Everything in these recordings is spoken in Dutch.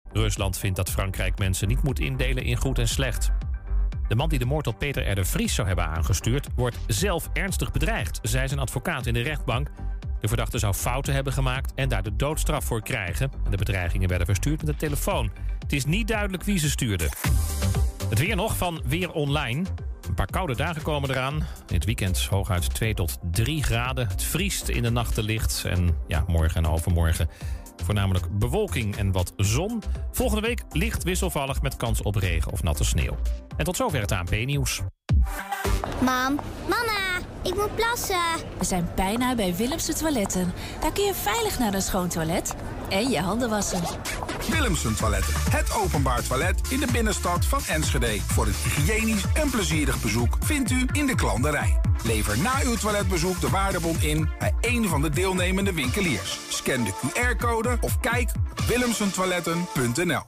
Rusland vindt dat Frankrijk mensen niet moet indelen in goed en slecht. De man die de moord op Peter R. de Vries zou hebben aangestuurd, wordt zelf ernstig bedreigd, zei zijn advocaat in de rechtbank. De verdachte zou fouten hebben gemaakt en daar de doodstraf voor krijgen. En de bedreigingen werden verstuurd met een telefoon. Het is niet duidelijk wie ze stuurde. Het weer nog van Weer Online. Een paar koude dagen komen eraan. In het weekend hooguit 2 tot 3 graden. Het vriest in de nachten licht. En ja, morgen en overmorgen voornamelijk bewolking en wat zon. Volgende week licht wisselvallig met kans op regen of natte sneeuw. En tot zover het ANP-nieuws. Mam, mama, ik moet plassen. We zijn bijna bij Willemsen Toiletten. Daar kun je veilig naar een schoon toilet en je handen wassen. Willemsen Toiletten, het openbaar toilet in de binnenstad van Enschede. Voor een hygiënisch en plezierig bezoek vindt u in de klanderij. Lever na uw toiletbezoek de waardebon in bij een van de deelnemende winkeliers. Scan de QR-code of kijk op willemsentoiletten.nl.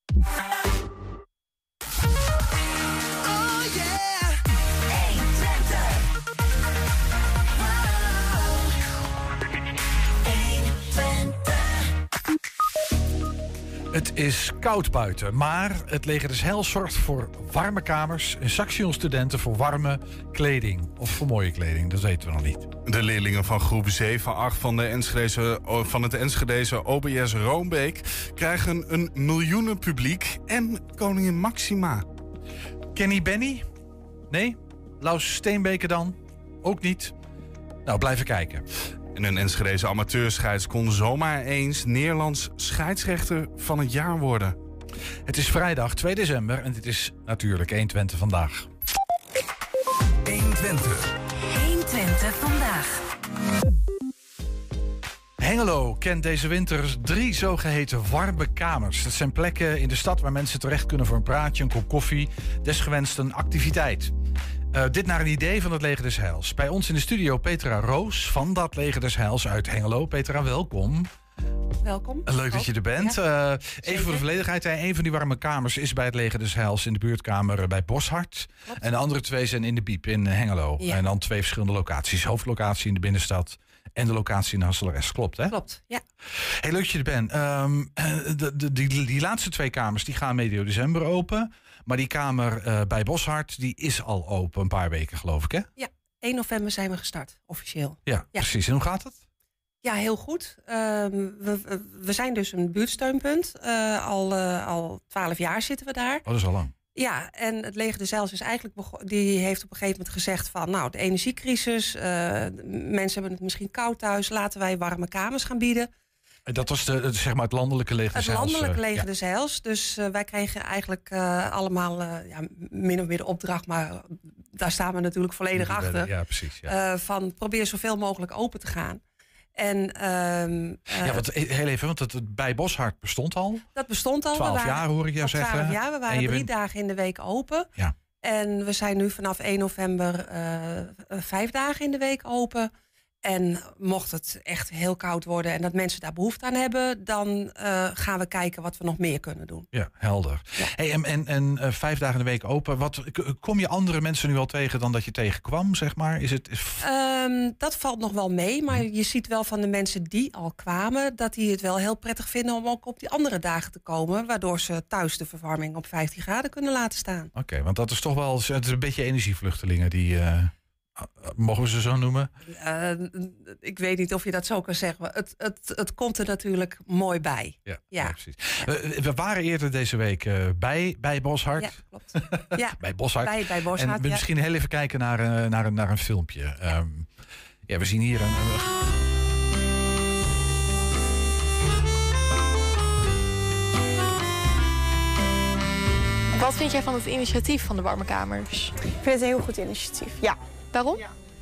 Het is koud buiten, maar het leger des Heils zorgt voor warme kamers en Saxion-studenten voor warme kleding. Of voor mooie kleding, dat weten we nog niet. De leerlingen van groep 7-8 van het Enschedese OBS Roombeek krijgen een miljoenenpubliek en koningin Maxima. Kenny Benny? Nee? Laus Steenbeke dan? Ook niet? Nou, blijven kijken. En een Enschedese amateurscheids kon zomaar eens Nederlands scheidsrechter van het jaar worden. Het is vrijdag 2 december en dit is natuurlijk 120 vandaag. 120. 120 vandaag. Hengelo kent deze winter 3 zogeheten warme kamers. Dat zijn plekken in de stad waar mensen terecht kunnen voor een praatje, een kop koffie, desgewenst een activiteit. Dit naar een idee van het Leger des Heils. Bij ons in de studio Petra Roos van dat Leger des Heils uit Hengelo. Petra, welkom. Welkom. Leuk dat je er bent. Ja, even voor de volledigheid. Een van die warme kamers is bij het Leger des Heils in de buurtkamer bij Boshart. Klopt. En de andere 2 zijn in de Biep in Hengelo. Ja. En dan 2 verschillende locaties. Hoofdlocatie in de binnenstad en de locatie in Hasselres. Klopt, hè? Klopt, ja. Heel leuk dat je er bent. Die laatste 2 kamers die gaan medio december open. Maar die kamer bij Boshart die is al open een paar weken, geloof ik, hè? Ja, 1 november zijn we gestart, officieel. Ja, precies. En hoe gaat het? Ja, heel goed. We zijn dus een buurtsteunpunt. Al 12 jaar zitten we daar. Oh, dat is al lang. Ja, en het Leger des Heils is eigenlijk die heeft op een gegeven moment gezegd van, nou, de energiecrisis, mensen hebben het misschien koud thuis, laten wij warme kamers gaan bieden. Dat was zeg maar het landelijke Leger des Heils. Het landelijke Leger des Heils. Dus wij kregen eigenlijk allemaal min of meer de opdracht, maar daar staan we natuurlijk volledig achter. Ja, precies. Ja. Van probeer zoveel mogelijk open te gaan. En, heel even, want het bij Boshart bestond al. Dat bestond al. 12 jaar hoor ik jou zeggen. 12 jaar, we waren 3 dagen in de week open. Ja. En we zijn nu vanaf 1 november 5 dagen in de week open. En mocht het echt heel koud worden en dat mensen daar behoefte aan hebben, dan gaan we kijken wat we nog meer kunnen doen. Ja, helder. Ja. Hey, en 5 dagen in de week open. Kom je andere mensen nu al tegen dan dat je tegenkwam, zeg maar? Dat valt nog wel mee, maar je ziet wel van de mensen die al kwamen, dat die het wel heel prettig vinden om ook op die andere dagen te komen, waardoor ze thuis de verwarming op 15 graden kunnen laten staan. Oké, want dat is toch wel het is een beetje energievluchtelingen die... mogen we ze zo noemen? Ik weet niet of je dat zo kan zeggen. Het komt er natuurlijk mooi bij. Ja. Precies. We waren eerder deze week bij Boshart. Ja, klopt. Ja. Bij Boshart. Bij Boshart, en misschien heel even kijken naar een filmpje. Ja. We zien hier een... Wat vind jij van het initiatief van de warme kamers? Ik vind het een heel goed initiatief, ja. Waarom?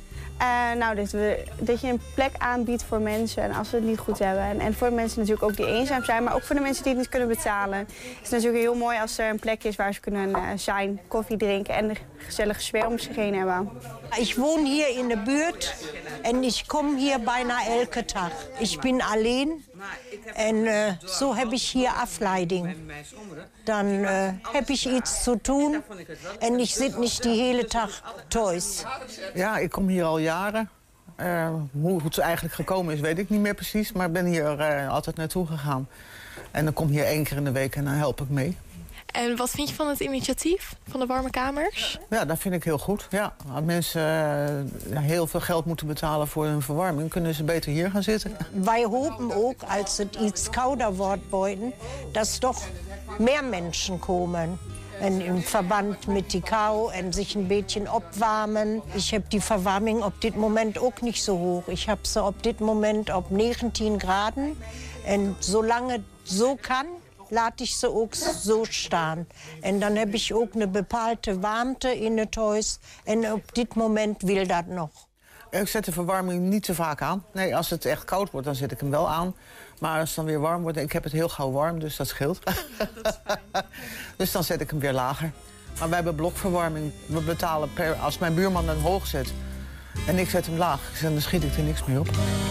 Dat je een plek aanbiedt voor mensen en als ze het niet goed hebben. En voor de mensen natuurlijk ook die eenzaam zijn, maar ook voor de mensen die het niet kunnen betalen. Het is natuurlijk heel mooi als er een plek is waar ze kunnen zijn, koffie drinken en een gezellige sfeer om zich heen hebben. Ik woon hier in de buurt en ik kom hier bijna elke dag. Ik ben alleen en zo heb ik hier afleiding. Dan heb ik iets te doen en ik zit niet de hele dag thuis. Ja, ik kom hier al jaren. Hoe het eigenlijk gekomen is, weet ik niet meer precies. Maar ik ben hier altijd naartoe gegaan. En dan kom ik hier 1 keer in de week en dan help ik mee. En wat vind je van het initiatief van de warme kamers? Ja, dat vind ik heel goed. Ja, als mensen heel veel geld moeten betalen voor hun verwarming, kunnen ze beter hier gaan zitten. Wij hopen ook, als het iets kouder wordt buiten, dat toch meer mensen komen. En in verband met die kou en zich een beetje opwarmen. Ik heb die verwarming op dit moment ook niet zo hoog. Ik heb ze op dit moment op 19 graden. En zolang het zo kan, laat ik ze ook zo staan. En dan heb ik ook een bepaalde warmte in het huis. En op dit moment wil dat nog. Ik zet de verwarming niet te vaak aan. Nee, als het echt koud wordt, dan zet ik hem wel aan. Maar als het dan weer warm wordt, ik heb het heel gauw warm, dus dat scheelt. Dat is fijn. Dus dan zet ik hem weer lager. Maar wij hebben blokverwarming. We betalen als mijn buurman hem hoog zet en ik zet hem laag, dan schiet ik er niks meer op.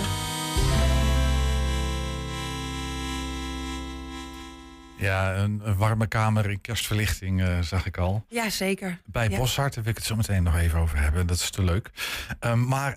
Ja, een warme kamer in kerstverlichting zag ik al. Ja, zeker. Bij Boshart, daar wil ik het zo meteen nog even over hebben. Dat is te leuk. Maar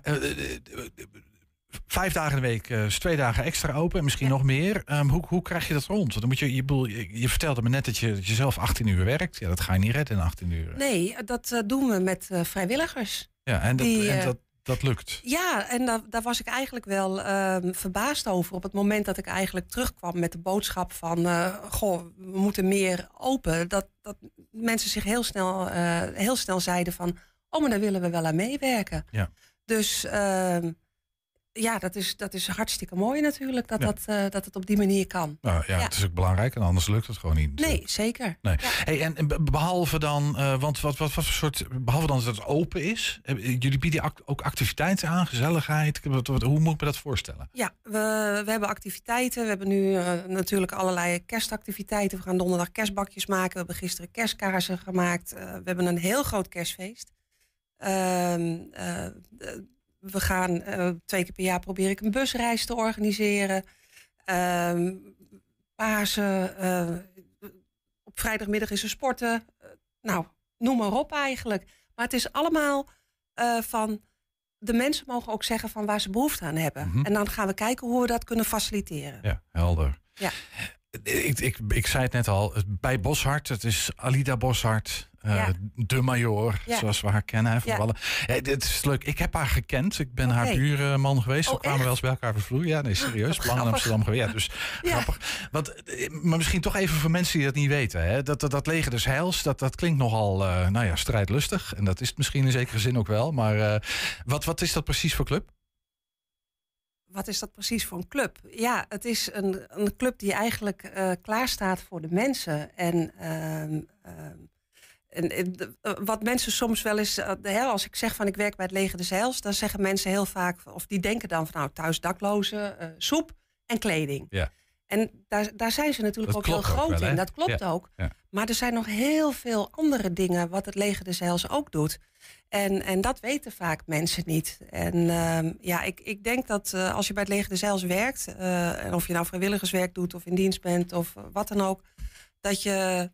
5 dagen in de week, 2 dagen extra open en misschien nog meer. Hoe krijg je dat rond? Want dan moet je vertelde me net dat je zelf 18 uur werkt. Ja, dat ga je niet redden in 18 uur. Nee, dat doen we met vrijwilligers. Ja, en dat lukt. Ja, en daar was ik eigenlijk wel verbaasd over. Op het moment dat ik eigenlijk terugkwam met de boodschap van... we moeten meer open. Dat mensen zich heel snel zeiden van... maar daar willen we wel aan meewerken. Ja. Dus dat is hartstikke mooi natuurlijk dat het op die manier kan. Nou, het is ook belangrijk en anders lukt het gewoon niet. Nee, zeker. Nee. Ja. Hey, en behalve dan, want wat voor soort, behalve dan dat het open is, jullie bieden ook activiteiten aan, gezelligheid. Hoe moet ik me dat voorstellen? Ja, we hebben activiteiten. We hebben nu natuurlijk allerlei kerstactiviteiten. We gaan donderdag kerstbakjes maken. We hebben gisteren kerstkaarsen gemaakt. We hebben een heel groot kerstfeest. We gaan 2 keer per jaar probeer ik een busreis te organiseren. Pasen. Op vrijdagmiddag is er sporten. Noem maar op eigenlijk. Maar het is allemaal van... De mensen mogen ook zeggen van waar ze behoefte aan hebben. Mm-hmm. En dan gaan we kijken hoe we dat kunnen faciliteren. Ja, helder. Ja. Ik zei het net al, bij Boshart, het is Alida Boshart, de Major, zoals we haar kennen. Dit is leuk. Ik heb haar gekend. Ik ben haar buurman geweest. We kwamen wel eens bij elkaar over de vloer. Ja, nee, serieus. Lang in Amsterdam geweest. Ja, dus grappig. Maar misschien toch even voor mensen die dat niet weten. Hè? Dat leger des heils, dat klinkt nogal strijdlustig. En dat is het misschien in zekere zin ook wel. Maar wat is dat precies voor club? Wat is dat precies voor een club? Ja, het is een club die eigenlijk klaar staat voor de mensen. En wat mensen soms wel eens... als ik zeg van ik werk bij het leger des heils... dan zeggen mensen heel vaak... of die denken dan van thuis daklozen, soep en kleding. Ja. En daar zijn ze natuurlijk ook heel groot in. Dat klopt ook. Ja. Maar er zijn nog heel veel andere dingen... wat het leger des heils ook doet. En dat weten vaak mensen niet. En ik denk dat als je bij het leger des heils werkt... en of je nou vrijwilligerswerk doet of in dienst bent of wat dan ook... dat je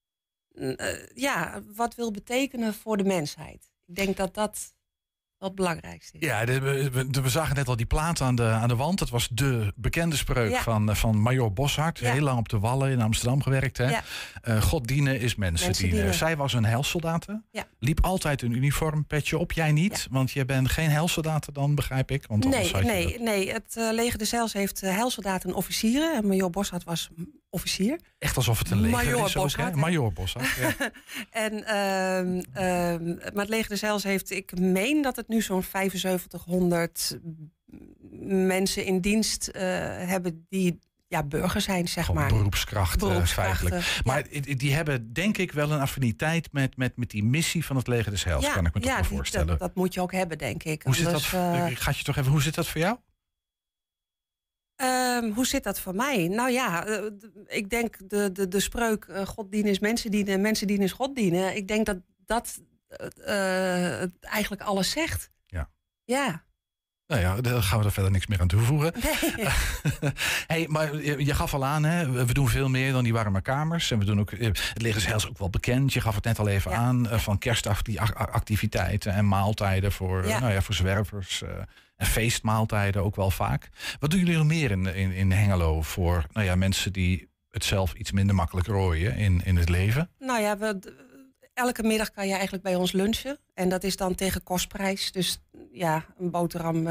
wat wil betekenen voor de mensheid. Ik denk dat dat het belangrijkste is. Ja, we zagen net al die plaat aan de wand. Dat was de bekende spreuk van Major Boshart. Ja. Heel lang op de Wallen in Amsterdam gewerkt. Hè? Ja. God dienen is mensen dienen. Zij was een heilsoldaten. Ja. Liep altijd een uniformpetje op. Jij niet, want je bent geen heilsoldaten dan, begrijp ik. Want nee. Het leger des heils heeft heilsoldaten en officieren. En Major Boshart was officier. Echt alsof het een leger is ook, hè? Major Boshart. Ja. Maar het leger des heils heeft, ik meen dat het nu zo'n 7500 mensen in dienst hebben die burger zijn, zeg maar. Beroepskrachten. Feitelijk. Maar die hebben denk ik wel een affiniteit met die missie van het leger des heils, kan ik me toch wel voorstellen. Dat moet je ook hebben, denk ik. Hoe zit dat voor jou? Hoe zit dat voor mij? Nou ja, ik denk de spreuk God dienen is mensen dienen en mensen dienen is God dienen. Ik denk dat eigenlijk alles zegt. Ja. Nou ja, daar gaan we er verder niks meer aan toevoegen. Nee. Hey, maar je gaf al aan, hè, we doen veel meer dan die warme kamers. En we doen ook, het leger des heils ook wel bekend. Je gaf het net al even aan, van kerstactiviteiten en maaltijden voor zwervers En feestmaaltijden ook wel vaak. Wat doen jullie nog meer in Hengelo voor mensen die het zelf iets minder makkelijk rooien in het leven? Nou ja, elke middag kan je eigenlijk bij ons lunchen. En dat is dan tegen kostprijs. Dus ja, een boterham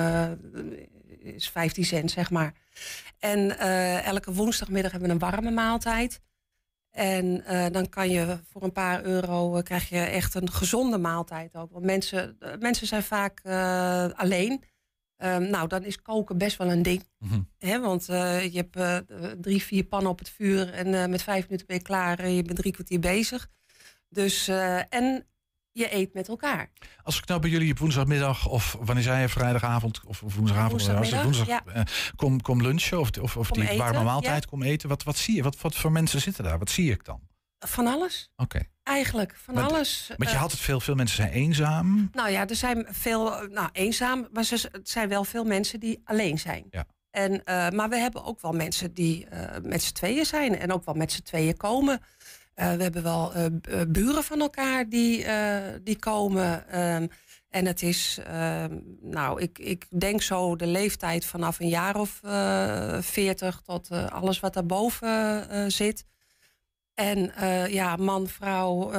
is 15 cent, zeg maar. En elke woensdagmiddag hebben we een warme maaltijd. En dan kan je voor een paar euro krijg je echt een gezonde maaltijd ook. Want mensen zijn vaak alleen. Dan is koken best wel een ding. Mm-hmm. Want je hebt 3-4 pannen op het vuur en met 5 minuten ben je klaar. Je bent 3 kwartier bezig. Dus, en je eet met elkaar. Als ik nou bij jullie op woensdagmiddag of wanneer zei je vrijdagavond of woensdag kom lunchen of die eten, warme maaltijd kom eten. Wat zie je? Wat voor mensen zitten daar? Wat zie ik dan? Van alles. Oké. Eigenlijk van alles. Want je had het veel mensen zijn eenzaam. Nou ja, er zijn veel eenzaam, maar het zijn wel veel mensen die alleen zijn. Ja. En, maar we hebben ook wel mensen die met z'n tweeën zijn en ook wel met z'n tweeën komen. We hebben wel buren van elkaar die komen. En het is, ik denk zo de leeftijd vanaf een jaar of 40 tot alles wat daarboven zit. En man, vrouw,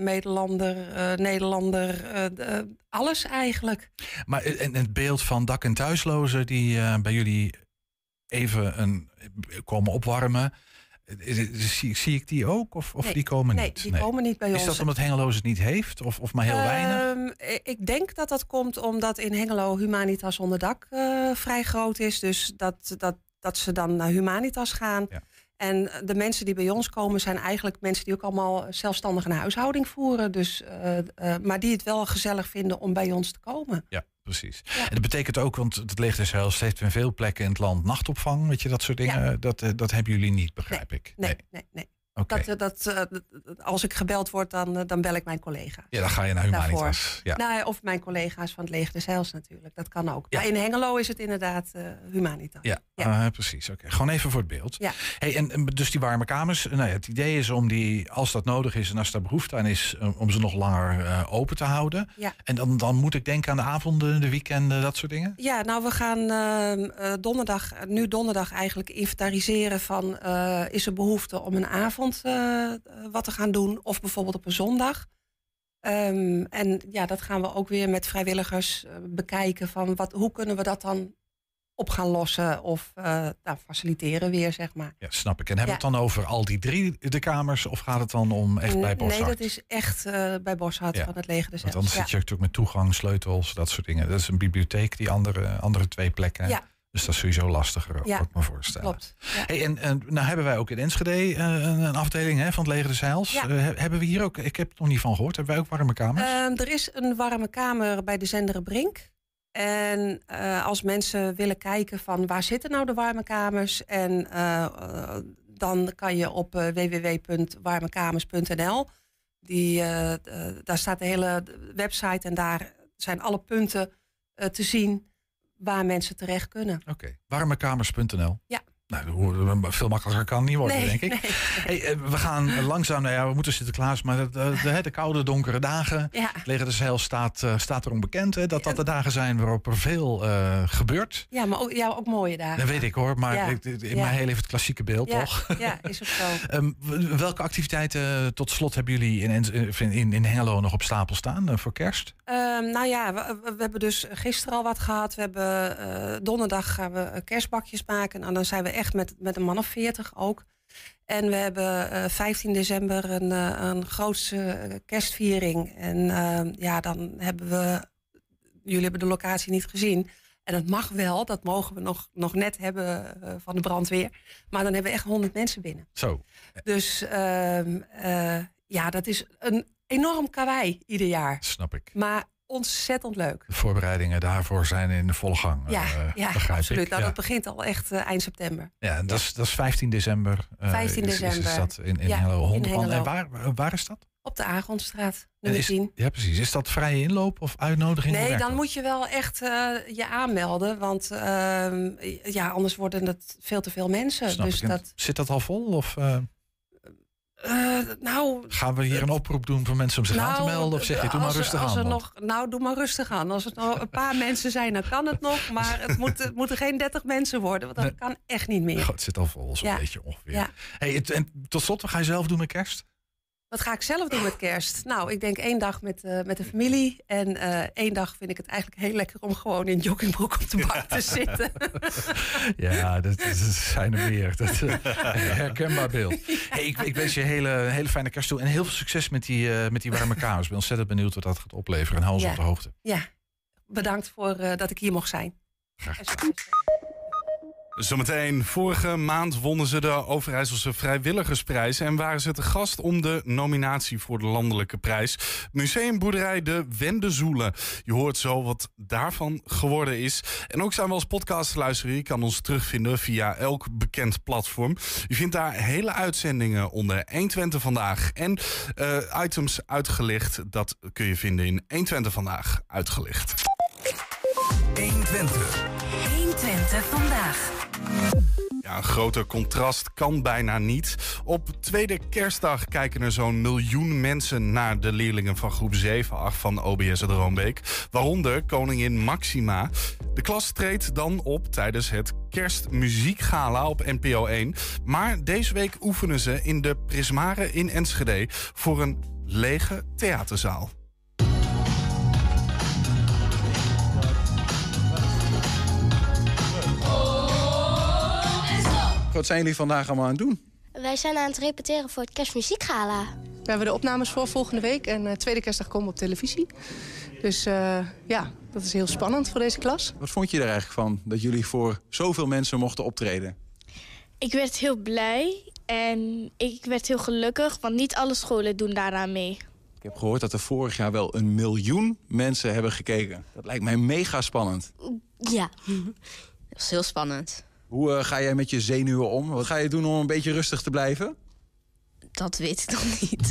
Nederlander, alles eigenlijk. Maar en het beeld van dak- en thuislozen die bij jullie even komen opwarmen... Zie ik die ook of nee, die komen niet? Nee, die komen niet bij ons. Is dat omdat Hengelo het niet heeft of maar heel weinig? Ik denk dat komt omdat in Hengelo Humanitas onder dak vrij groot is. Dus dat ze dan naar Humanitas gaan. Ja. En de mensen die bij ons komen zijn eigenlijk mensen die ook allemaal zelfstandig een huishouding voeren. Dus, maar die het wel gezellig vinden om bij ons te komen. Ja, precies. Ja. En dat betekent ook, want het Leger des Heils heeft in veel plekken in het land nachtopvang. Weet je, dat soort dingen. Ja. Dat hebben jullie niet, begrijp ik. Nee. Okay. Als ik gebeld word, dan bel ik mijn collega. Ja, dan ga je naar Humanitas. Ja. Nou, of mijn collega's van het Leger des Heils natuurlijk. Dat kan ook. Ja. Maar in Hengelo is het inderdaad Humanitas. Ja. Precies. Okay. Gewoon even voor het beeld. Ja. Hey, en dus die warme kamers. Het idee is om die, als dat nodig is en als daar behoefte aan is, om ze nog langer open te houden. Ja. En dan moet ik denken aan de avonden, de weekenden, dat soort dingen? Ja, nou we gaan donderdag eigenlijk inventariseren van is er behoefte om een avond wat te gaan doen. Of bijvoorbeeld op een zondag. En ja, dat gaan we ook weer met vrijwilligers bekijken. Van hoe kunnen we dat dan op gaan lossen of faciliteren weer, zeg maar. Ja, snap ik. En hebben we het dan over al die 3 de kamers? Of gaat het dan om echt bij Boshart? Nee, dat is echt bij Boshart van het Leger des Heils. Want dan zit je natuurlijk met toegang, sleutels, dat soort dingen. Dat is een bibliotheek, die andere 2 plekken. Ja. Dus dat is sowieso lastiger, kan ik me voorstellen. Klopt. Ja. Hey, en nou hebben wij ook in Enschede een afdeling van het Leger des Heils. Ja. Hebben we hier ook, ik heb er nog niet van gehoord, hebben wij ook warme kamers? Er is een warme kamer bij de Zendere Brink. En als mensen willen kijken van waar zitten nou de warme kamers... en dan kan je op www.warmekamers.nl. Daar staat de hele website en daar zijn alle punten te zien... waar mensen terecht kunnen. Oké. Warmekamers.nl. Ja. Nou, veel makkelijker kan het niet worden, denk ik. Nee. Hey, we gaan langzaam, we moeten Sinterklaas, maar de koude, donkere dagen. Ja. Het Leger des Heils staat erom bekend, dat de dagen zijn waarop er veel gebeurt. Ja, maar ook mooie dagen. Dat weet ik hoor, maar in mijn heel even het klassieke beeld, toch? Ja, is ook zo. Welke activiteiten tot slot hebben jullie in Hengelo nog op stapel staan voor kerst? We hebben dus gisteren al wat gehad. We hebben donderdag gaan we kerstbakjes maken. En dan zijn we echt met een man of 40 ook. En we hebben 15 december een grootse kerstviering. En dan hebben we... Jullie hebben de locatie niet gezien. En dat mag wel, dat mogen we nog net hebben van de brandweer. Maar dan hebben we echt 100 mensen binnen. Zo. Dus dat is een enorm karwei ieder jaar. Snap ik. Maar ontzettend leuk. De voorbereidingen daarvoor zijn in de volle gang. Begrijp absoluut. ik. Nou, dat begint al echt eind september. Ja, en dat is 15 december. 15 december. Is dat in Hengelo. En waar is dat? Op de Agronstraat, nummer 10. Ja, precies. Is dat vrije inloop of uitnodiging? Nee, dan moet je wel echt je aanmelden. Want anders worden het veel te veel mensen. Snap dus ik. Zit dat al vol? Of, Gaan we hier een oproep doen voor mensen om zich aan te melden? Of zeg je, doe maar rustig aan? Doe maar rustig aan. Als het nog een paar mensen zijn, dan kan het nog. Maar het moeten geen 30 mensen worden. Want dat kan echt niet meer. God, het zit al vol, zo'n beetje ongeveer. Ja. Hey, en tot slot, wat ga je zelf doen met kerst? Wat ga ik zelf doen met kerst? Nou, ik denk 1 dag met de familie. En 1 dag vind ik het eigenlijk heel lekker om gewoon in joggingbroek op de bank te zitten. Ja, dat zijn er meer. Dat herkenbaar beeld. Hey, ik wens je hele fijne kerst toe. En heel veel succes met die warme kamers. Ik ben ontzettend benieuwd wat dat gaat opleveren. En hou ons op de hoogte. Ja, bedankt voor dat ik hier mocht zijn. Graag. Zometeen, vorige maand wonnen ze de Overijsselse Vrijwilligersprijs en waren ze te gast om de nominatie voor de landelijke prijs. Museumboerderij De Wendezoelen. Je hoort zo wat daarvan geworden is. En ook zijn we als podcast te luisteren. Je kan ons terugvinden via elk bekend platform. Je vindt daar hele uitzendingen onder 120 Vandaag. En items uitgelicht, dat kun je vinden in 120 Vandaag uitgelicht. 120. 120 Vandaag. Ja, een groter contrast kan bijna niet. Op tweede kerstdag kijken er zo'n 1 miljoen mensen naar de leerlingen van groep 7-8 van OBS de Roombeek. Waaronder koningin Maxima. De klas treedt dan op tijdens het kerstmuziekgala op NPO 1. Maar deze week oefenen ze in de Prismare in Enschede voor een lege theaterzaal. Wat zijn jullie vandaag allemaal aan het doen? Wij zijn aan het repeteren voor het kerstmuziekgala. We hebben de opnames voor volgende week en tweede kerstdag komen we op televisie. Dus dat is heel spannend voor deze klas. Wat vond je er eigenlijk van dat jullie voor zoveel mensen mochten optreden? Ik werd heel blij en ik werd heel gelukkig, want niet alle scholen doen daaraan mee. Ik heb gehoord dat er vorig jaar wel 1 miljoen mensen hebben gekeken. Dat lijkt mij mega spannend. Ja, dat is heel spannend. Hoe ga jij met je zenuwen om? Wat ga je doen om een beetje rustig te blijven? Dat weet ik nog niet.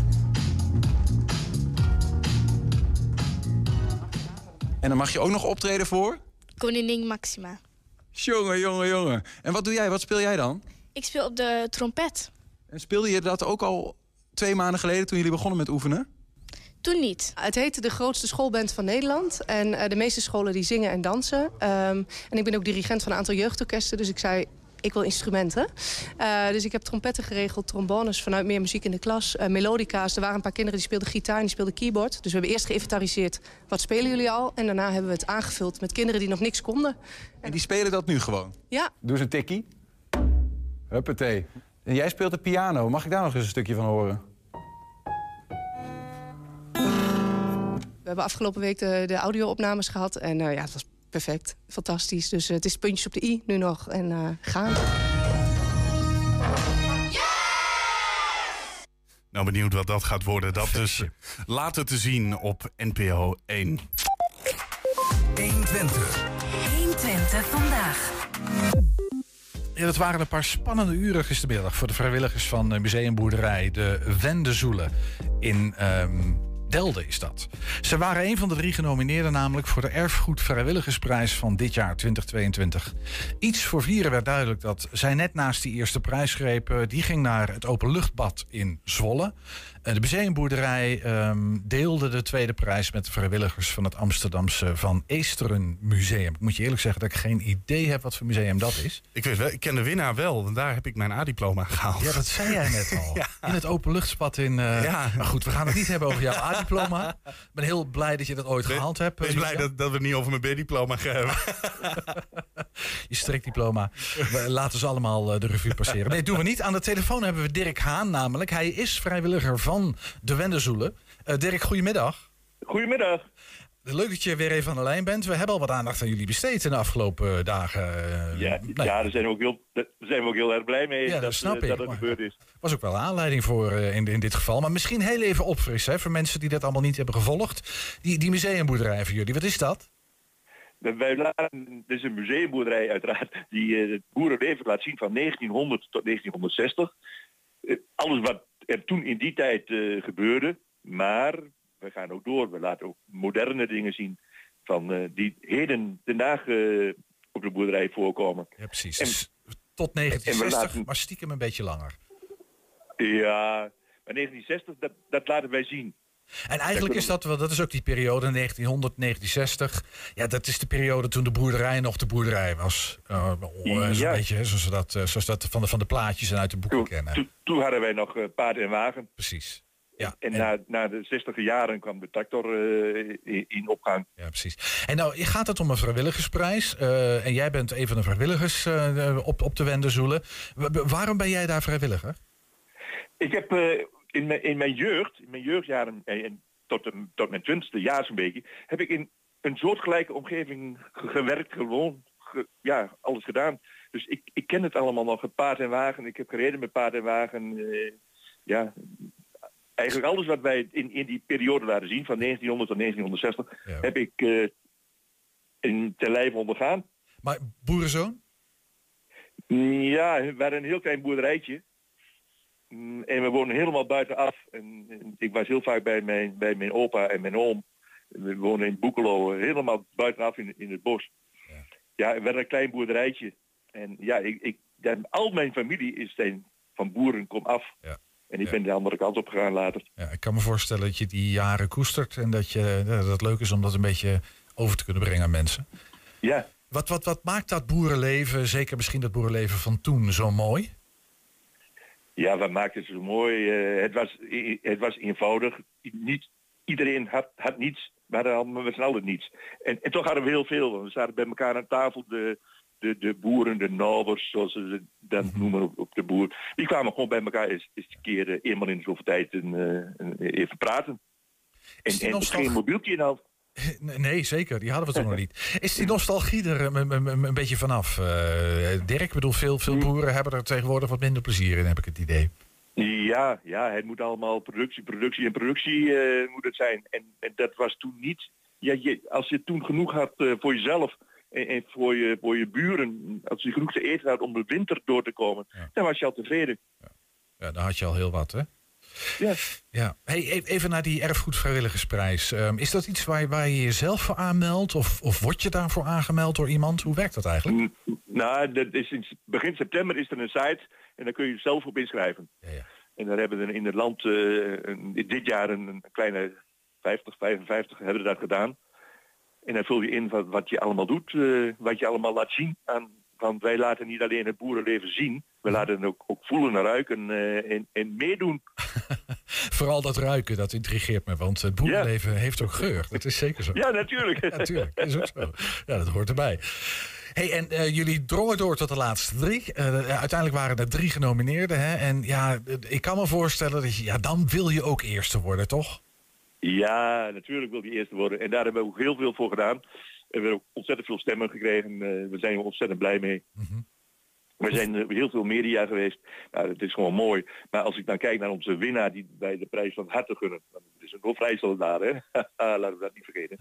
En dan mag je ook nog optreden voor? Koningin Maxima. Jongen. En wat doe jij? Wat speel jij dan? Ik speel op de trompet. En speelde je dat ook al 2 maanden geleden toen jullie begonnen met oefenen? Toen niet. Het heet de grootste schoolband van Nederland. En de meeste scholen die zingen en dansen. En ik ben ook dirigent van een aantal jeugdorkesten. Dus ik zei, ik wil instrumenten. Dus ik heb trompetten geregeld, trombones vanuit Meer Muziek in de Klas. Melodica's, er waren een paar kinderen die speelden gitaar en die speelden keyboard. Dus we hebben eerst geïnventariseerd, wat spelen jullie al? En daarna hebben we het aangevuld met kinderen die nog niks konden. En die spelen dat nu gewoon? Ja. Doe eens een tikkie. Huppatee. En jij speelt de piano. Mag ik daar nog eens een stukje van horen? We hebben afgelopen week de audio-opnames gehad. En het was perfect. Fantastisch. Dus het is puntjes op de i nu nog. En gaan. Nou, benieuwd wat dat gaat worden. Dat dus later te zien op NPO 1. 120. 120 Vandaag. Ja, dat waren een paar spannende uren gistermiddag voor de vrijwilligers van Museumboerderij De Wendezoelen in Delden is dat. Ze waren een van de 3 genomineerden namelijk voor de Erfgoed Vrijwilligersprijs van dit jaar 2022. Iets voor vieren werd duidelijk dat zij net naast die eerste prijs grepen. Die ging naar het openluchtbad in Zwolle. De Museumboerderij deelde de tweede prijs met de vrijwilligers van het Amsterdamse Van Eesteren Museum. Ik moet je eerlijk zeggen dat ik geen idee heb wat voor museum dat is. Ik ken de winnaar wel, want daar heb ik mijn A-diploma gehaald. Ja, dat zei jij net al. Ja. In het openluchtbad in... Maar goed, we gaan het niet hebben over jouw A-diploma. Ik ben heel blij dat je dat ooit gehaald hebt. Ik ben blij dat we het niet over mijn B-diploma gaan hebben. Je strikdiploma. Laten ze allemaal de revue passeren. Nee, doen we niet. Aan de telefoon hebben we Dirk Haan namelijk. Hij is vrijwilliger van De Wendezoelen. Dirk, goedemiddag. Goedemiddag. Leuk dat je weer even aan de lijn bent. We hebben al wat aandacht aan jullie besteed in de afgelopen dagen. Daar zijn we ook heel erg blij mee dat het gebeurd is. Was ook wel aanleiding voor in dit geval. Maar misschien heel even opfrissen voor mensen die dat allemaal niet hebben gevolgd. Die museumboerderij van jullie, wat is dat? Het is een museumboerderij uiteraard die het boerenleven laat zien van 1900 tot 1960. Alles wat er toen in die tijd gebeurde, maar we gaan ook door. We laten ook moderne dingen zien van die heden ten dagen op de boerderij voorkomen. Ja, precies. Dus tot 1960, maar stiekem een beetje langer. Ja, Maar 1960, dat laten wij zien. En eigenlijk is dat is ook die periode 1900, 1960. Ja, dat is de periode toen de boerderij nog de boerderij was. Zo'n beetje, hè, zoals dat van de plaatjes en uit de boeken kennen. Toen hadden wij nog paard en wagen. Precies. Ja, en na de 60e jaren kwam de tractor in opgang. Ja, precies. En nou gaat het om een vrijwilligersprijs. En jij bent een van de vrijwilligers op de Wendezoelen. Waarom ben jij daar vrijwilliger? Ik heb in mijn jeugdjaren en tot mijn 20e jaar zo'n beetje, heb ik in een soortgelijke omgeving gewerkt, gewoon alles gedaan. Dus ik ken het allemaal nog, het paard en wagen. Ik heb gereden met paard en wagen. Eigenlijk alles wat wij in die periode laten zien, van 1900 tot 1960, heb ik ten lijve ondergaan. Maar boerenzoon? Ja, we hadden een heel klein boerderijtje. En we woonden helemaal buitenaf. En ik was heel vaak bij mijn opa en mijn oom. We woonden in Boekelo, helemaal buitenaf in het bos. Ja, we hadden een klein boerderijtje. En ja, al mijn familie is van boeren kom af. Ja. En ik ben de andere kant op gegaan later. Ja, ik kan me voorstellen dat je die jaren koestert en dat het leuk is om dat een beetje over te kunnen brengen aan mensen. Ja. Wat maakt dat boerenleven, zeker misschien dat boerenleven van toen, zo mooi? Ja, wat maakt het zo mooi? Het was eenvoudig. Niet iedereen had niets. We hadden met z'n allen niets. En toch hadden we heel veel. We zaten bij elkaar aan tafel. De boeren, de nobers, zoals ze dat noemen op de boer. Die kwamen gewoon bij elkaar eens een keer eenmaal in zoveel tijd even praten. En geen mobieltje nou. Nee, zeker. Die hadden we toen nog niet. Is die nostalgie er een beetje vanaf? Dirk, ik bedoel, veel boeren hebben er tegenwoordig wat minder plezier in, heb ik het idee. Ja, het moet allemaal productie moet het zijn. En dat was toen niet. Ja, als je toen genoeg had voor jezelf en voor je buren, als je genoeg te eten had om de winter door te komen, dan was je al tevreden. Ja, dan had je al heel wat, hè? Ja. Hey, even naar die erfgoedvrijwilligersprijs. Is dat iets waar je jezelf voor aanmeldt? Of word je daarvoor aangemeld door iemand? Hoe werkt dat eigenlijk? Nou, dat is begin september is er een site en daar kun je jezelf op inschrijven. Ja. En daar hebben we in het land dit jaar een kleine 55 hebben we dat gedaan. En dan vul je in wat je allemaal doet, wat je allemaal laat zien aan. Want wij laten niet alleen het boerenleven zien, we laten het ook voelen en ruiken en meedoen. Vooral dat ruiken, dat intrigeert me, want het boerenleven heeft ook geur. Dat is zeker zo. Ja, natuurlijk. Ja, natuurlijk, is ook zo. Ja, dat hoort erbij. Hey, en jullie drongen door tot de laatste 3. Uiteindelijk waren er 3 genomineerden. Hè? En ja, ik kan me voorstellen dat dan wil je ook eerste worden, toch? Ja, natuurlijk wil je eerste worden. En daar hebben we ook heel veel voor gedaan. En we hebben ook ontzettend veel stemmen gekregen. We zijn er ontzettend blij mee. Mm-hmm. We zijn heel veel media geweest. Nou, dat is gewoon mooi. Maar als ik dan kijk naar onze winnaar die bij de prijs van het hart te gunnen. Dan is een hoofdrijsoldaat, hè? Laten we dat niet vergeten.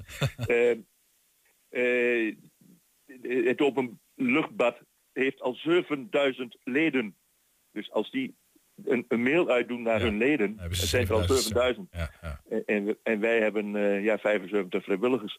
Het openluchtbad heeft al 7000 leden. Dus als die een mail uitdoen naar hun leden, het zijn er al 7000. Ja. En wij hebben 75 vrijwilligers.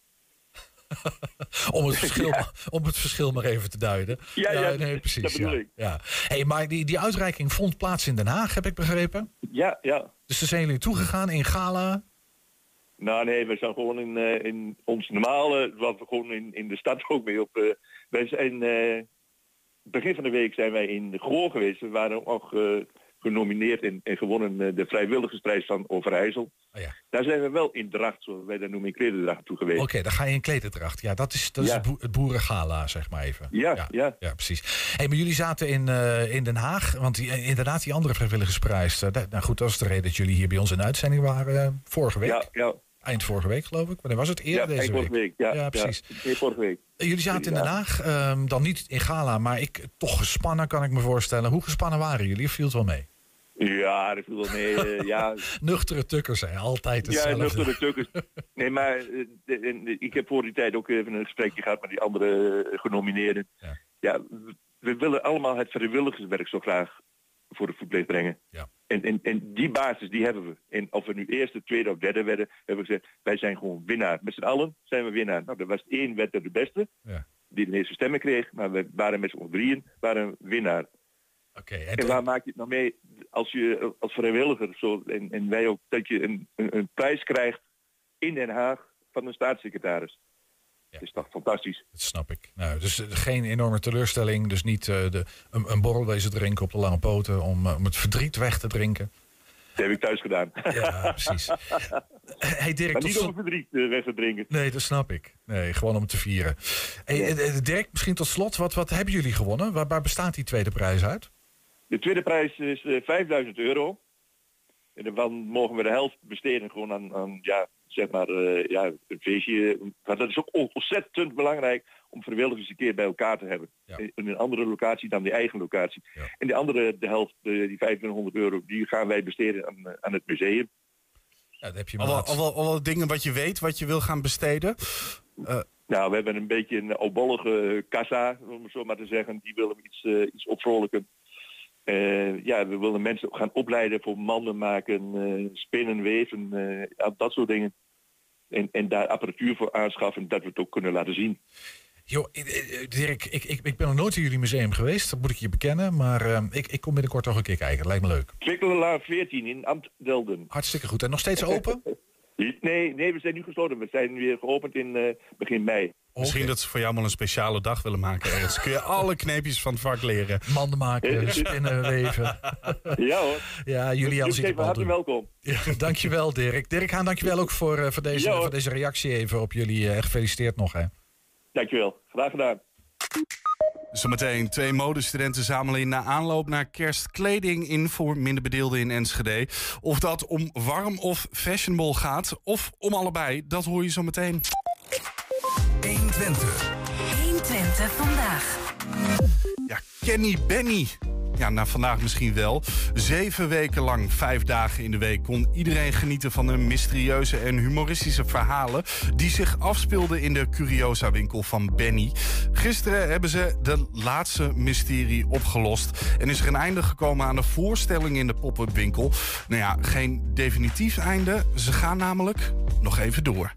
om het verschil maar even te duiden. Nee, precies. Dat bedoel ik. Ja. Hey, maar die uitreiking vond plaats in Den Haag, heb ik begrepen? Ja. Dus daar zijn jullie toegegaan in gala? Nou nee, we zijn gewoon in ons normale, wat we gewoon in de stad ook mee op. Wij zijn begin van de week zijn wij in Goor geweest. We waren ook genomineerd en gewonnen de vrijwilligersprijs van Overijssel. Oh ja. Daar zijn we wel in dracht, zoals wij dat noemen, in klederdracht toe geweest. Oké, dan ga je in klederdracht. Ja, dat is het boerengala, zeg maar even. Ja, precies. Hey, maar jullie zaten in Den Haag, want inderdaad die andere vrijwilligersprijs. Nou goed, dat is de reden dat jullie hier bij ons in de uitzending waren vorige week. Ja. Eind vorige week, geloof ik. Wanneer was het? Eerder deze week? Vorige week. Ja, precies. Vorige week. Jullie zaten in Den Haag, dan niet in gala, maar toch gespannen, kan ik me voorstellen. Hoe gespannen waren jullie? Of viel het wel mee? Ja, dat viel wel mee. Nuchtere tukkers zijn altijd hetzelfde. Ja, nuchtere tukkers. Nee, maar ik heb voor die tijd ook even een gesprekje gehad met die andere genomineerden. Ja, we willen allemaal het vrijwilligerswerk zo graag voor het voetlicht brengen. Ja. En die basis, die hebben we. En of we nu eerste, tweede of derde werden, hebben we gezegd, wij zijn gewoon winnaar. Met z'n allen zijn we winnaar. Nou, er was 1 werd er de beste, die de meeste stemmen kreeg, maar we waren met z'n 3 waren winnaar. Okay, en waar maak je het nou mee? als je als vrijwilliger zo, en wij ook, dat je een prijs krijgt in Den Haag van een staatssecretaris. Dat is toch fantastisch. Dat snap ik. Nou, dus geen enorme teleurstelling. Dus niet een borrel wezen drinken op de lange poten om het verdriet weg te drinken. Dat heb ik thuis gedaan. Ja, precies. Hey Dirk, maar niet om het verdriet weg te drinken. Nee, dat snap ik. Nee, gewoon om het te vieren. Hey, Dirk, misschien tot slot. Wat hebben jullie gewonnen? Waar bestaat die tweede prijs uit? De tweede prijs is €5.000. En dan mogen we de helft besteden gewoon aan een feestje. Maar dat is ook ontzettend belangrijk om vrijwilligers een keer bij elkaar te hebben. Ja. In een andere locatie dan die eigen locatie. Ja. En de helft, die €2.500, die gaan wij besteden aan het museum. Ja, dat heb je al dingen wat je weet, wat je wil gaan besteden? Nou, we hebben een beetje een oudbollige kassa, om het zo maar te zeggen. Die willen we iets opvrolijken. We willen mensen gaan opleiden voor manden maken, spinnen, weven, dat soort dingen. En daar apparatuur voor aanschaffen, dat we het ook kunnen laten zien. Joh, Dirk, ik ben nog nooit in jullie museum geweest, dat moet ik je bekennen. Maar ik kom binnenkort nog een keer kijken, lijkt me leuk. Twikkelenlaan 14 in Amstdelden. Hartstikke goed. En nog steeds open? Nee, we zijn nu gesloten. We zijn weer geopend in begin mei. Misschien dat ze voor jou wel een speciale dag willen maken. Dus kun je alle kneepjes van het vak leren. Manden maken, spinnen, weven. Ja hoor. Ja, Julian ziet het hartelijk welkom. Ja, dankjewel Dirk. Dirk Haan, dankjewel ook voor deze reactie even op jullie. Gefeliciteerd nog. Hè. Dankjewel. Graag gedaan. Zometeen 2 modestudenten zamelen in aanloop naar kerst kleding in voor minder bedeelden in Enschede. Of dat om warm of fashionable gaat, of om allebei, dat hoor je zo meteen. 120. 120 vandaag. Ja, Kenny Benny. Ja, nou vandaag misschien wel. 7 weken lang, 5 dagen in de week, kon iedereen genieten van de mysterieuze en humoristische verhalen die zich afspeelden in de Curiosa-winkel van Benny. Gisteren hebben ze de laatste mysterie opgelost en is er een einde gekomen aan de voorstelling in de pop-up winkel. Nou ja, geen definitief einde. Ze gaan namelijk nog even door.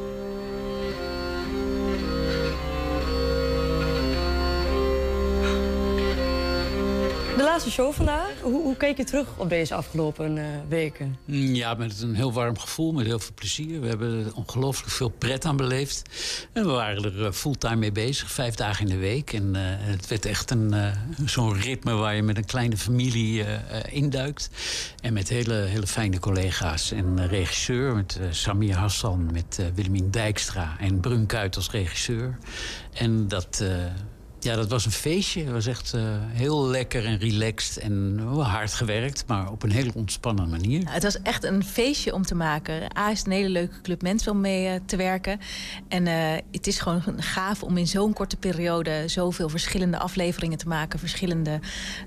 De laatste show vandaag. Hoe keek je terug op deze afgelopen weken? Ja, met een heel warm gevoel, met heel veel plezier. We hebben er ongelooflijk veel pret aan beleefd. En we waren er fulltime mee bezig, 5 dagen in de week. En het werd echt zo'n ritme waar je met een kleine familie induikt. En met hele fijne collega's en regisseur. Met Samir Hassan, met Willemien Dijkstra en Brun Kuit als regisseur. En dat was een feestje. Het was echt heel lekker en relaxed en hard gewerkt, maar op een hele ontspannen manier. Het was echt een feestje om te maken. A, is het een hele leuke club mensen om mee te werken. En het is gewoon gaaf om in zo'n korte periode zoveel verschillende afleveringen te maken. Verschillende,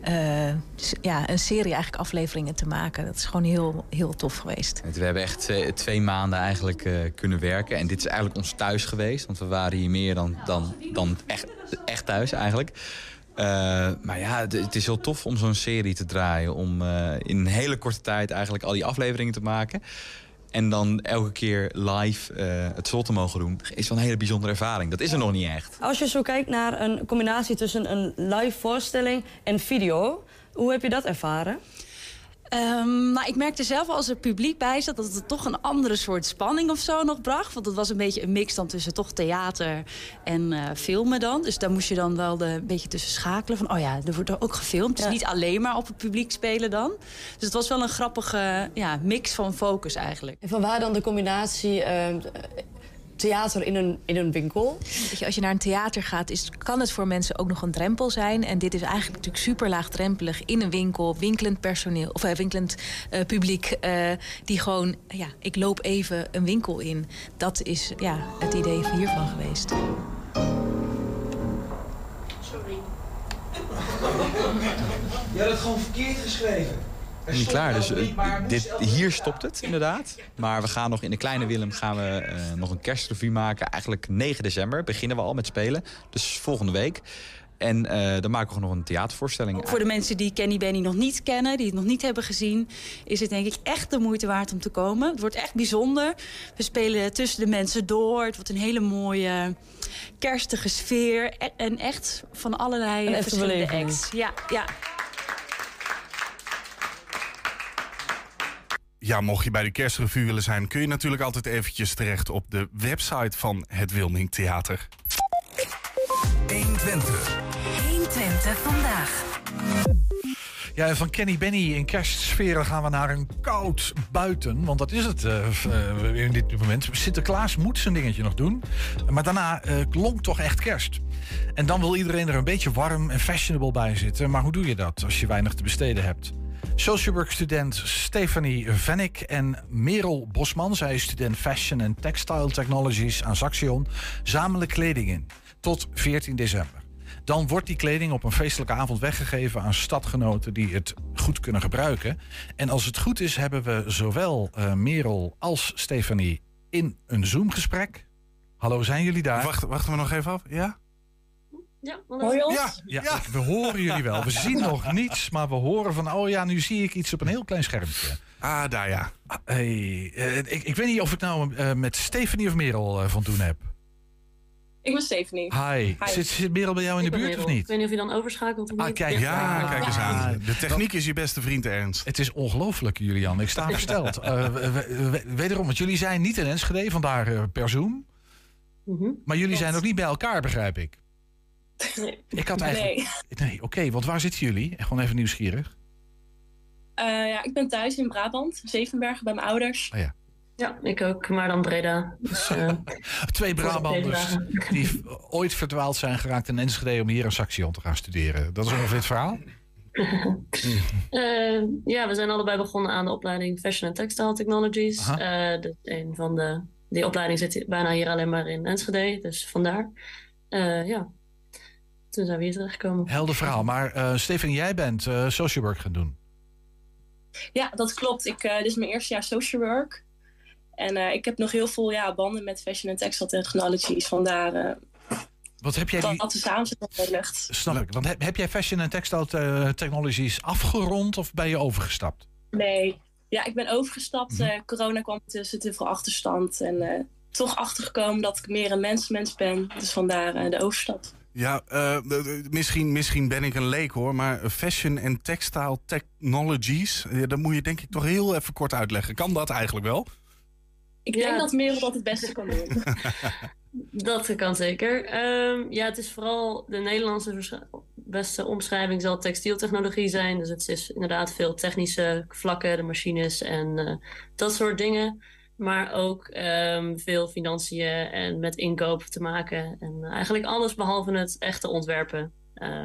een serie eigenlijk afleveringen te maken. Dat is gewoon heel, heel tof geweest. We hebben echt 2 maanden eigenlijk kunnen werken. En dit is eigenlijk ons thuis geweest. Want we waren hier meer dan echt thuis eigenlijk. Maar ja, het is heel tof om zo'n serie te draaien. Om in een hele korte tijd eigenlijk al die afleveringen te maken. En dan elke keer live het slot te mogen doen. Is wel een hele bijzondere ervaring. Dat is er nog niet echt. Als je zo kijkt naar een combinatie tussen een live voorstelling en video. Hoe heb je dat ervaren? Maar ik merkte zelf als er publiek bij zat dat het toch een andere soort spanning of zo nog bracht. Want het was een beetje een mix dan tussen toch theater en filmen dan. Dus daar moest je dan wel een beetje tussen schakelen. Van er wordt er ook gefilmd. Dus niet alleen maar op het publiek spelen dan. Dus het was wel een grappige mix van focus eigenlijk. En vanwaar dan de combinatie theater in een winkel? Weet je, als je naar een theater gaat, kan het voor mensen ook nog een drempel zijn. En dit is eigenlijk natuurlijk super laagdrempelig in een winkel, winkelend personeel of winkelend publiek die gewoon, ik loop even een winkel in. Dat is het idee hiervan geweest. Sorry. Je had het gewoon verkeerd geschreven. Niet klaar, dus hier stopt het inderdaad. Maar we gaan nog in de Kleine Willem nog een kerstrevue maken. Eigenlijk 9 december beginnen we al met spelen. Dus volgende week. En dan maken we nog een theatervoorstelling. Ook voor de mensen die Kenny Benny nog niet kennen, die het nog niet hebben gezien, is het denk ik echt de moeite waard om te komen. Het wordt echt bijzonder. We spelen tussen de mensen door. Het wordt een hele mooie kerstige sfeer. En echt van allerlei verschillende acts. Ja. Ja, mocht je bij de kerstrevue willen zijn, kun je natuurlijk altijd eventjes terecht op de website van het Wilming Theater. 120. 120 vandaag. Ja, en van Kenny Benny in kerstsferen gaan we naar een koud buiten. Want dat is het in dit moment. Sinterklaas moet zijn dingetje nog doen. Maar daarna klonk toch echt kerst. En dan wil iedereen er een beetje warm en fashionable bij zitten. Maar hoe doe je dat als je weinig te besteden hebt? Social work student Stefanie Vennick en Merel Bosman, zij is student Fashion en Textile Technologies aan Saxion, zamelen kleding in. Tot 14 december. Dan wordt die kleding op een feestelijke avond weggegeven aan stadgenoten die het goed kunnen gebruiken. En als het goed is, hebben we zowel Merel als Stefanie in een Zoom-gesprek. Hallo, zijn jullie daar? Wachten we nog even af? Ja? Ja, hoor je ons? Ja, we horen jullie wel. We zien nog niets, maar we horen van... oh ja, nu zie ik iets op een heel klein schermpje. Ah, daar ja. Ik weet niet of ik nou met Stefanie of Merel van doen heb. Ik ben Stefanie. Hi. Zit Merel bij jou in de buurt of niet? Ik weet niet of je dan overschakelt of niet. Kijk, kijk eens aan. De techniek is je beste vriend, Ernst. Het is ongelooflijk, Julian. Ik sta versteld. Wederom, want jullie zijn niet in Enschede, vandaar per Zoom. Maar jullie zijn ook niet bij elkaar, begrijp ik. Nee. Ik had eigenlijk... Nee, oké, want waar zitten jullie? Gewoon even nieuwsgierig. Ik ben thuis in Brabant, Zevenbergen, bij mijn ouders. Oh ja. Ja, ik ook, maar dan Breda. Dus, 2 Brabanders die ooit verdwaald zijn geraakt in Enschede om hier in Saxion te gaan studeren. Dat is ongeveer het verhaal? We zijn allebei begonnen aan de opleiding Fashion and Textile Technologies. Die opleiding zit bijna hier alleen maar in Enschede, dus vandaar. Toen zijn we hier terechtgekomen. Helder verhaal, maar Stefanie, jij bent social work gaan doen. Ja, dat klopt. Dit is mijn eerste jaar social work. En ik heb nog heel veel banden met Fashion and Textile Technologies. Vandaar wat heb jij dat we samen zitten op de lucht. Snap ik. Want heb jij Fashion and Textile Technologies afgerond of ben je overgestapt? Nee, ik ben overgestapt. Corona kwam tussen, te veel achterstand. En toch achtergekomen dat ik meer een mens ben. Dus vandaar de overstap. Ja, misschien ben ik een leek hoor, maar Fashion and Textile Technologies, dat moet je denk ik toch heel even kort uitleggen. Kan dat eigenlijk wel? Ik denk dat Merel dat het beste kan doen. Dat kan zeker. Het is vooral de Nederlandse beste omschrijving zal textieltechnologie zijn. Dus het is inderdaad veel technische vlakken, de machines en dat soort dingen. Maar ook veel financiën en met inkoop te maken. En eigenlijk alles behalve het echte ontwerpen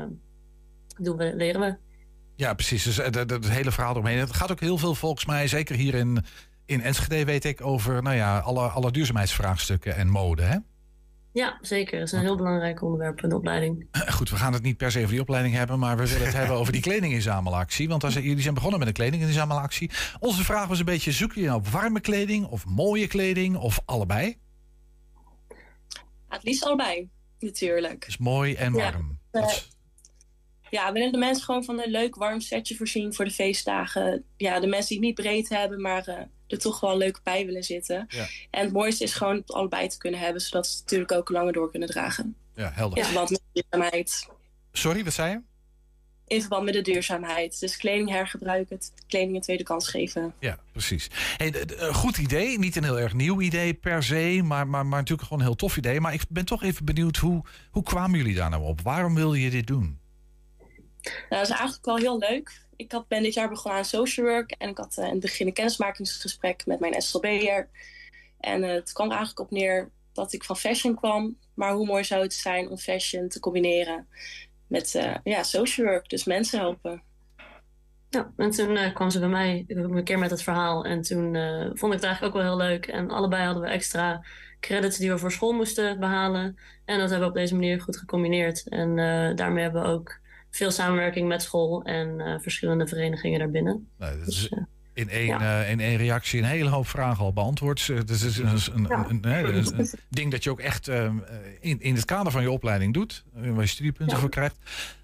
leren we. Ja, precies. Dus het hele verhaal eromheen. Het gaat ook heel veel volgens mij, zeker hier in Enschede weet ik, over alle duurzaamheidsvraagstukken en mode, hè? Ja, zeker. Dat is een heel belangrijk onderwerp in de opleiding. Goed, we gaan het niet per se over die opleiding hebben, maar we willen het hebben over die kledinginzamelactie. Want jullie zijn begonnen met een kledinginzamelactie. Onze vraag was een beetje, zoeken jullie nou warme kleding of mooie kleding of allebei? Het liefst allebei, natuurlijk. Dus mooi en warm. We willen de mensen gewoon van een leuk warm setje voorzien voor de feestdagen. Ja, de mensen die het niet breed hebben, maar er toch wel leuk bij willen zitten. Ja. En het mooiste is gewoon het allebei te kunnen hebben, zodat ze het natuurlijk ook langer door kunnen dragen. Ja, helder. In verband met de duurzaamheid. Sorry, wat zei je? In verband met de duurzaamheid. Dus kleding hergebruiken, kleding een tweede kans geven. Ja, precies. Goed idee. Niet een heel erg nieuw idee per se, maar natuurlijk gewoon een heel tof idee. Maar ik ben toch even benieuwd, hoe kwamen jullie daar nou op? Waarom wilde je dit doen? Dat is eigenlijk wel heel leuk. Ik ben dit jaar begonnen aan social work. En ik had in het begin een kennismakingsgesprek met mijn SLB'er. En het kwam er eigenlijk op neer dat ik van fashion kwam. Maar hoe mooi zou het zijn om fashion te combineren met social work. Dus mensen helpen. Ja, en toen kwam ze bij mij een keer met het verhaal. En toen vond ik het eigenlijk ook wel heel leuk. En allebei hadden we extra credits die we voor school moesten behalen. En dat hebben we op deze manier goed gecombineerd. En daarmee hebben we ook veel samenwerking met school en verschillende verenigingen daarbinnen. Dus, in één reactie een hele hoop vragen al beantwoord. Het is een ding dat je ook echt in het kader van je opleiding doet. Waar je studiepunten voor krijgt.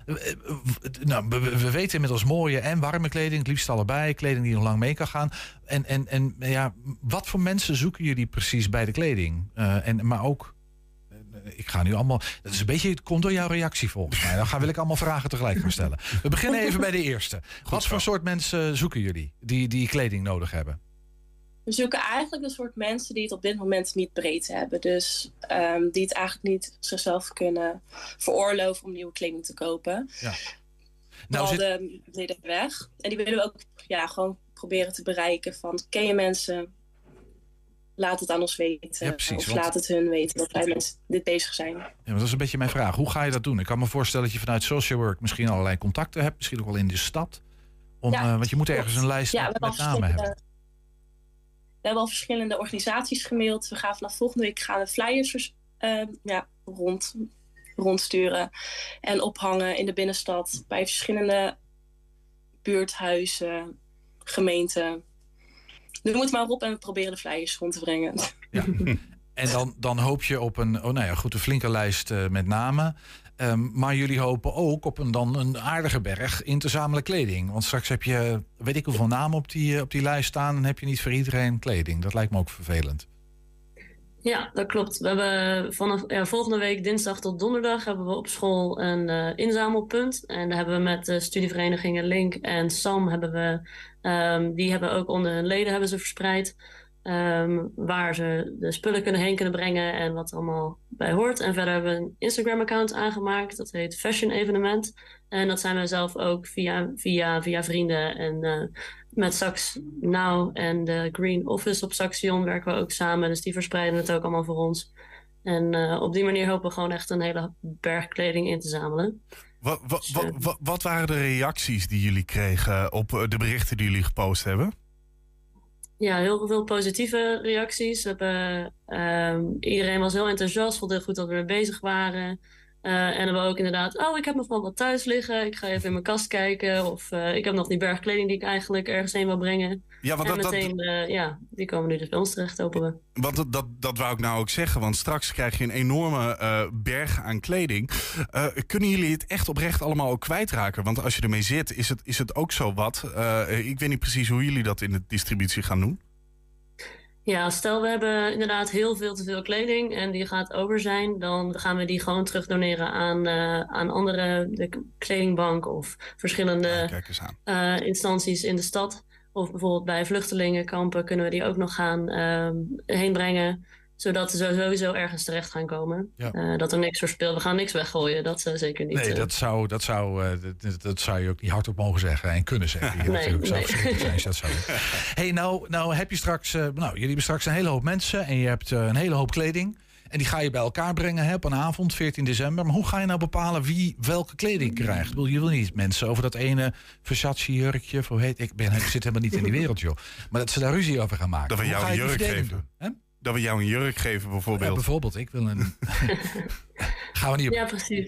We weten inmiddels mooie en warme kleding. Het liefst allebei. Kleding die nog lang mee kan gaan. En wat voor mensen zoeken jullie precies bij de kleding? Maar ook... Ik ga nu allemaal... Dat is een beetje... Het komt door jouw reactie volgens mij. Dan wil ik allemaal vragen tegelijk gaan stellen. We beginnen even bij de eerste. Wat voor soort mensen zoeken jullie die kleding nodig hebben? We zoeken eigenlijk een soort mensen die het op dit moment niet breed hebben. Dus die het eigenlijk niet zichzelf kunnen veroorloven om nieuwe kleding te kopen. Ja. Nou, de middenweg. En die willen we ook gewoon proberen te bereiken. Van, ken je mensen? Laat het aan ons weten. Ja, precies, of laat het hun weten dat wij met dit bezig zijn. Ja, dat is een beetje mijn vraag. Hoe ga je dat doen? Ik kan me voorstellen dat je vanuit social work misschien allerlei contacten hebt. Misschien ook wel in de stad. Want je moet ergens een lijst met namen hebben. We hebben al verschillende organisaties gemaild. We gaan vanaf volgende week flyers rondsturen. En ophangen in de binnenstad. Bij verschillende buurthuizen, gemeenten. We moeten maar op en we proberen de flyers rond te brengen. Ja. En dan hoop je op een flinke lijst met namen. Maar jullie hopen ook op een aardige berg in te zamelen kleding. Want straks heb je, weet ik hoeveel namen op die lijst staan. En heb je niet voor iedereen kleding. Dat lijkt me ook vervelend. Ja, dat klopt. We hebben vanaf volgende week dinsdag tot donderdag hebben we op school een inzamelpunt. En daar hebben we met de studieverenigingen Link en SAM die hebben ook onder hun leden hebben ze verspreid. Waar ze de spullen heen kunnen brengen en wat er allemaal bij hoort. En verder hebben we een Instagram-account aangemaakt. Dat heet Fashion Evenement. En dat zijn we zelf ook via vrienden. En met Sax Now en de Green Office op Saxion werken we ook samen. Dus die verspreiden het ook allemaal voor ons. En op die manier hopen we gewoon echt een hele berg kleding in te zamelen. Wat waren de reacties die jullie kregen op de berichten die jullie gepost hebben? Ja, heel veel positieve reacties. Iedereen was heel enthousiast, vond heel goed dat we er bezig waren. En hebben we ook inderdaad, ik heb nog wel wat thuis liggen. Ik ga even in mijn kast kijken. Of ik heb nog die berg kleding die ik eigenlijk ergens heen wil brengen. Ja, want die komen nu dus bij ons terecht, hopen we. Want dat wou ik nou ook zeggen. Want straks krijg je een enorme berg aan kleding. Kunnen jullie het echt oprecht allemaal ook kwijtraken? Want als je ermee zit, is het ook zo wat. Ik weet niet precies hoe jullie dat in de distributie gaan doen. Ja, stel we hebben inderdaad heel veel te veel kleding en die gaat over zijn, dan gaan we die gewoon terug doneren aan andere, de kledingbank of verschillende instanties in de stad. Of bijvoorbeeld bij vluchtelingenkampen kunnen we die ook nog gaan heen brengen, zodat ze sowieso ergens terecht gaan komen. Ja. Dat er niks verspild. We gaan niks weggooien, dat zeker niet. Nee, dat zou je ook niet hardop mogen zeggen en kunnen zeggen. Hey, nou heb je straks, jullie hebben straks een hele hoop mensen en je hebt een hele hoop kleding. En die ga je bij elkaar brengen op een avond, 14 december. Maar hoe ga je nou bepalen wie welke kleding krijgt? Je wil niet mensen over dat ene Versace jurkje. Ik zit helemaal niet in die wereld, joh. Maar dat ze daar ruzie over gaan maken. Dat we jou een jurk geven. Dat we jou een jurk geven, bijvoorbeeld. Ja, bijvoorbeeld, ik wil een... Gaan we niet op... Ja, precies.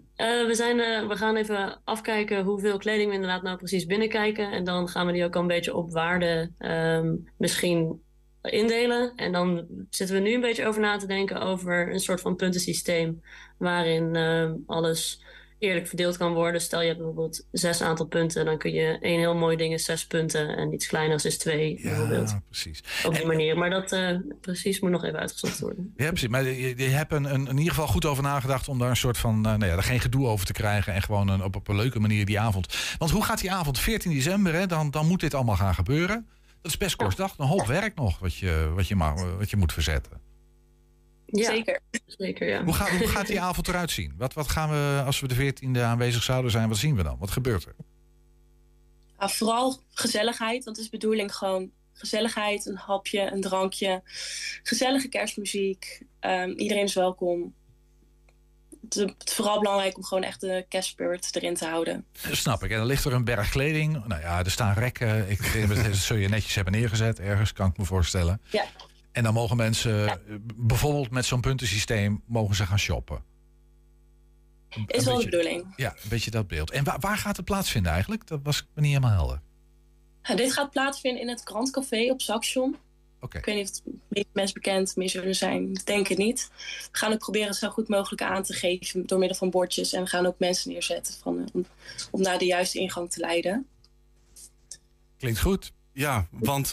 We gaan even afkijken hoeveel kleding we inderdaad nou precies binnenkijken. En dan gaan we die ook al een beetje op waarde misschien indelen. En dan zitten we nu een beetje over na te denken over een soort van puntensysteem. Waarin alles eerlijk verdeeld kan worden. Stel je hebt bijvoorbeeld 6 aantal punten, dan kun je één heel mooi ding is 6 punten en iets kleiners is 2 bijvoorbeeld. Ja, precies. Op die manier, maar dat precies moet nog even uitgezocht worden. Ja, precies. Maar je hebt in ieder geval goed over nagedacht om daar een soort van, er geen gedoe over te krijgen en gewoon op een leuke manier die avond. Want hoe gaat die avond 14 december, hè? Dan moet dit allemaal gaan gebeuren. Dat is best kort dag, een hoop werk nog wat je moet verzetten. Ja, zeker ja. Hoe gaat die avond eruit zien? Wat gaan we, als we de 14e aanwezig zouden zijn, wat zien we dan? Wat gebeurt er? Vooral gezelligheid, want het is de bedoeling gewoon gezelligheid, een hapje, een drankje, gezellige kerstmuziek. Iedereen is welkom. Het is vooral belangrijk om gewoon echt de kerstspirit erin te houden. Snap ik. En dan ligt er een berg kleding. Nou ja, er staan rekken. Dat zul je netjes hebben neergezet ergens, kan ik me voorstellen. Ja. En dan mogen mensen, bijvoorbeeld met zo'n puntensysteem, mogen ze gaan shoppen. Is wel de bedoeling. Ja, een beetje dat beeld. En waar gaat het plaatsvinden eigenlijk? Dat was me niet helemaal helder. Dit gaat plaatsvinden in het Grand Café op Saxion. Okay. Ik weet niet of het mensen bekend mee zullen zijn. Ik denk het niet. We gaan het proberen zo goed mogelijk aan te geven door middel van bordjes. En we gaan ook mensen neerzetten om naar de juiste ingang te leiden. Klinkt goed. Ja, want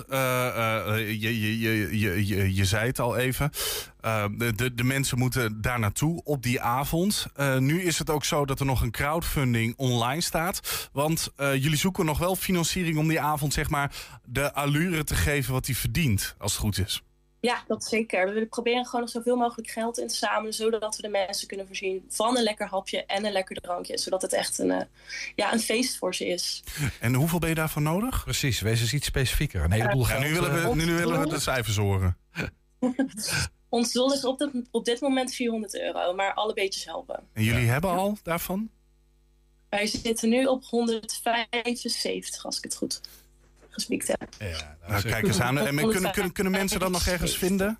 je zei het al even. De mensen moeten daar naartoe op die avond. Nu is het ook zo dat er nog een crowdfunding online staat. Want jullie zoeken nog wel financiering om die avond, zeg maar, de allure te geven wat die verdient, als het goed is. Ja, dat zeker. We willen proberen gewoon nog zoveel mogelijk geld in te zamelen, zodat we de mensen kunnen voorzien van een lekker hapje en een lekker drankje. Zodat het echt een feest voor ze is. En hoeveel ben je daarvoor nodig? Precies, wees eens iets specifieker. Een heleboel geld. Nu willen we de cijfers horen. Ons doel is op dit moment €400, maar alle beetjes helpen. En jullie hebben al daarvan? Wij zitten nu op 175, als ik het goed gespiekt heb. Ja, nou, kijk eens aan. En kunnen mensen dat nog ergens vinden?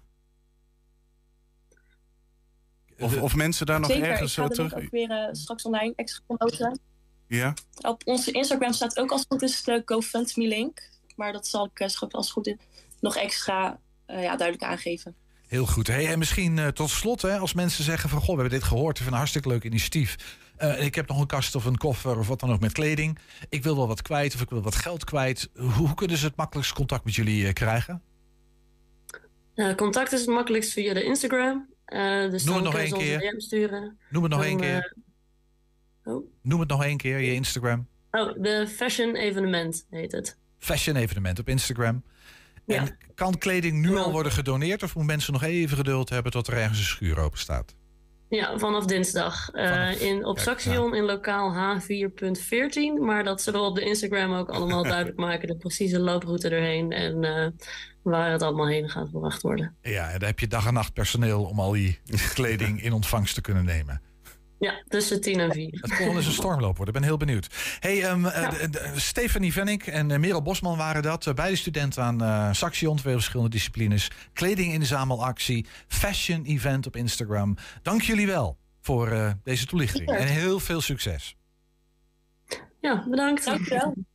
Of mensen daar nog zeker, ergens terug? terug? Zeker, ik ga er ook weer straks online extra promoten. Ja? Op onze Instagram staat ook als het goed is de GoFundMe-link. Maar dat zal ik straks als het goed is nog extra duidelijk aangeven. Heel goed. Hey, en misschien tot slot, hè, als mensen zeggen van, goh, we hebben dit gehoord, we vinden een hartstikke leuk initiatief. Ik heb nog een kast of een koffer of wat dan ook met kleding. Ik wil wel wat kwijt of ik wil wat geld kwijt. Hoe kunnen ze het makkelijkst contact met jullie krijgen? Contact is het makkelijkst via de Instagram. Dus Noem het dan nog kun je één ons keer. een DM sturen. Noem het nog één keer. Noem het nog één keer, je Instagram. De Fashion Evenement heet het. Fashion Evenement op Instagram. Ja. En kan kleding nu al worden gedoneerd? Of moeten mensen nog even geduld hebben tot er ergens een schuur open staat? Ja, vanaf dinsdag. Op Saxion in lokaal H4.14. Maar dat zullen we op de Instagram ook allemaal duidelijk maken. De precieze looproute erheen en waar het allemaal heen gaat gebracht worden. Ja, en daar heb je dag en nacht personeel om al die kleding in ontvangst te kunnen nemen. Ja, tussen 10 en 4. Het kon wel eens een stormloop worden. Ik ben heel benieuwd. Hey, Stefanie Vennik en Merel Bosman waren dat. Beide studenten aan Saxion, 2 verschillende disciplines. Kledinginzamelactie, fashion event op Instagram. Dank jullie wel voor deze toelichting. En heel veel succes. Ja, bedankt. Dank je wel.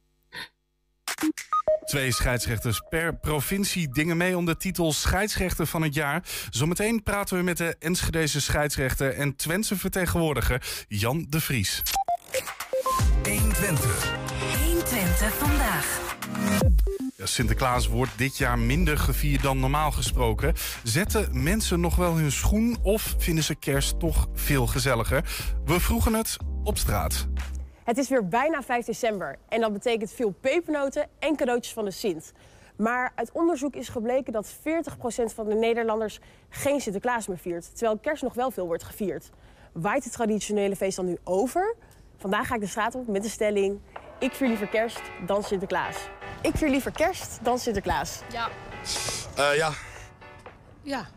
2 scheidsrechters per provincie dingen mee om de titel scheidsrechter van het jaar. Zometeen praten we met de Enschedese scheidsrechter en Twentse vertegenwoordiger Jan de Vries. 120. 120 vandaag. Ja, Sinterklaas wordt dit jaar minder gevierd dan normaal gesproken. Zetten mensen nog wel hun schoen of vinden ze kerst toch veel gezelliger? We vroegen het op straat. Het is weer bijna 5 december en dat betekent veel pepernoten en cadeautjes van de Sint. Maar uit onderzoek is gebleken dat 40% van de Nederlanders geen Sinterklaas meer viert, terwijl kerst nog wel veel wordt gevierd. Waait het traditionele feest dan nu over? Vandaag ga ik de straat op met de stelling: ik vier liever kerst dan Sinterklaas. Ik vier liever kerst dan Sinterklaas. Ja. Ja. Ja.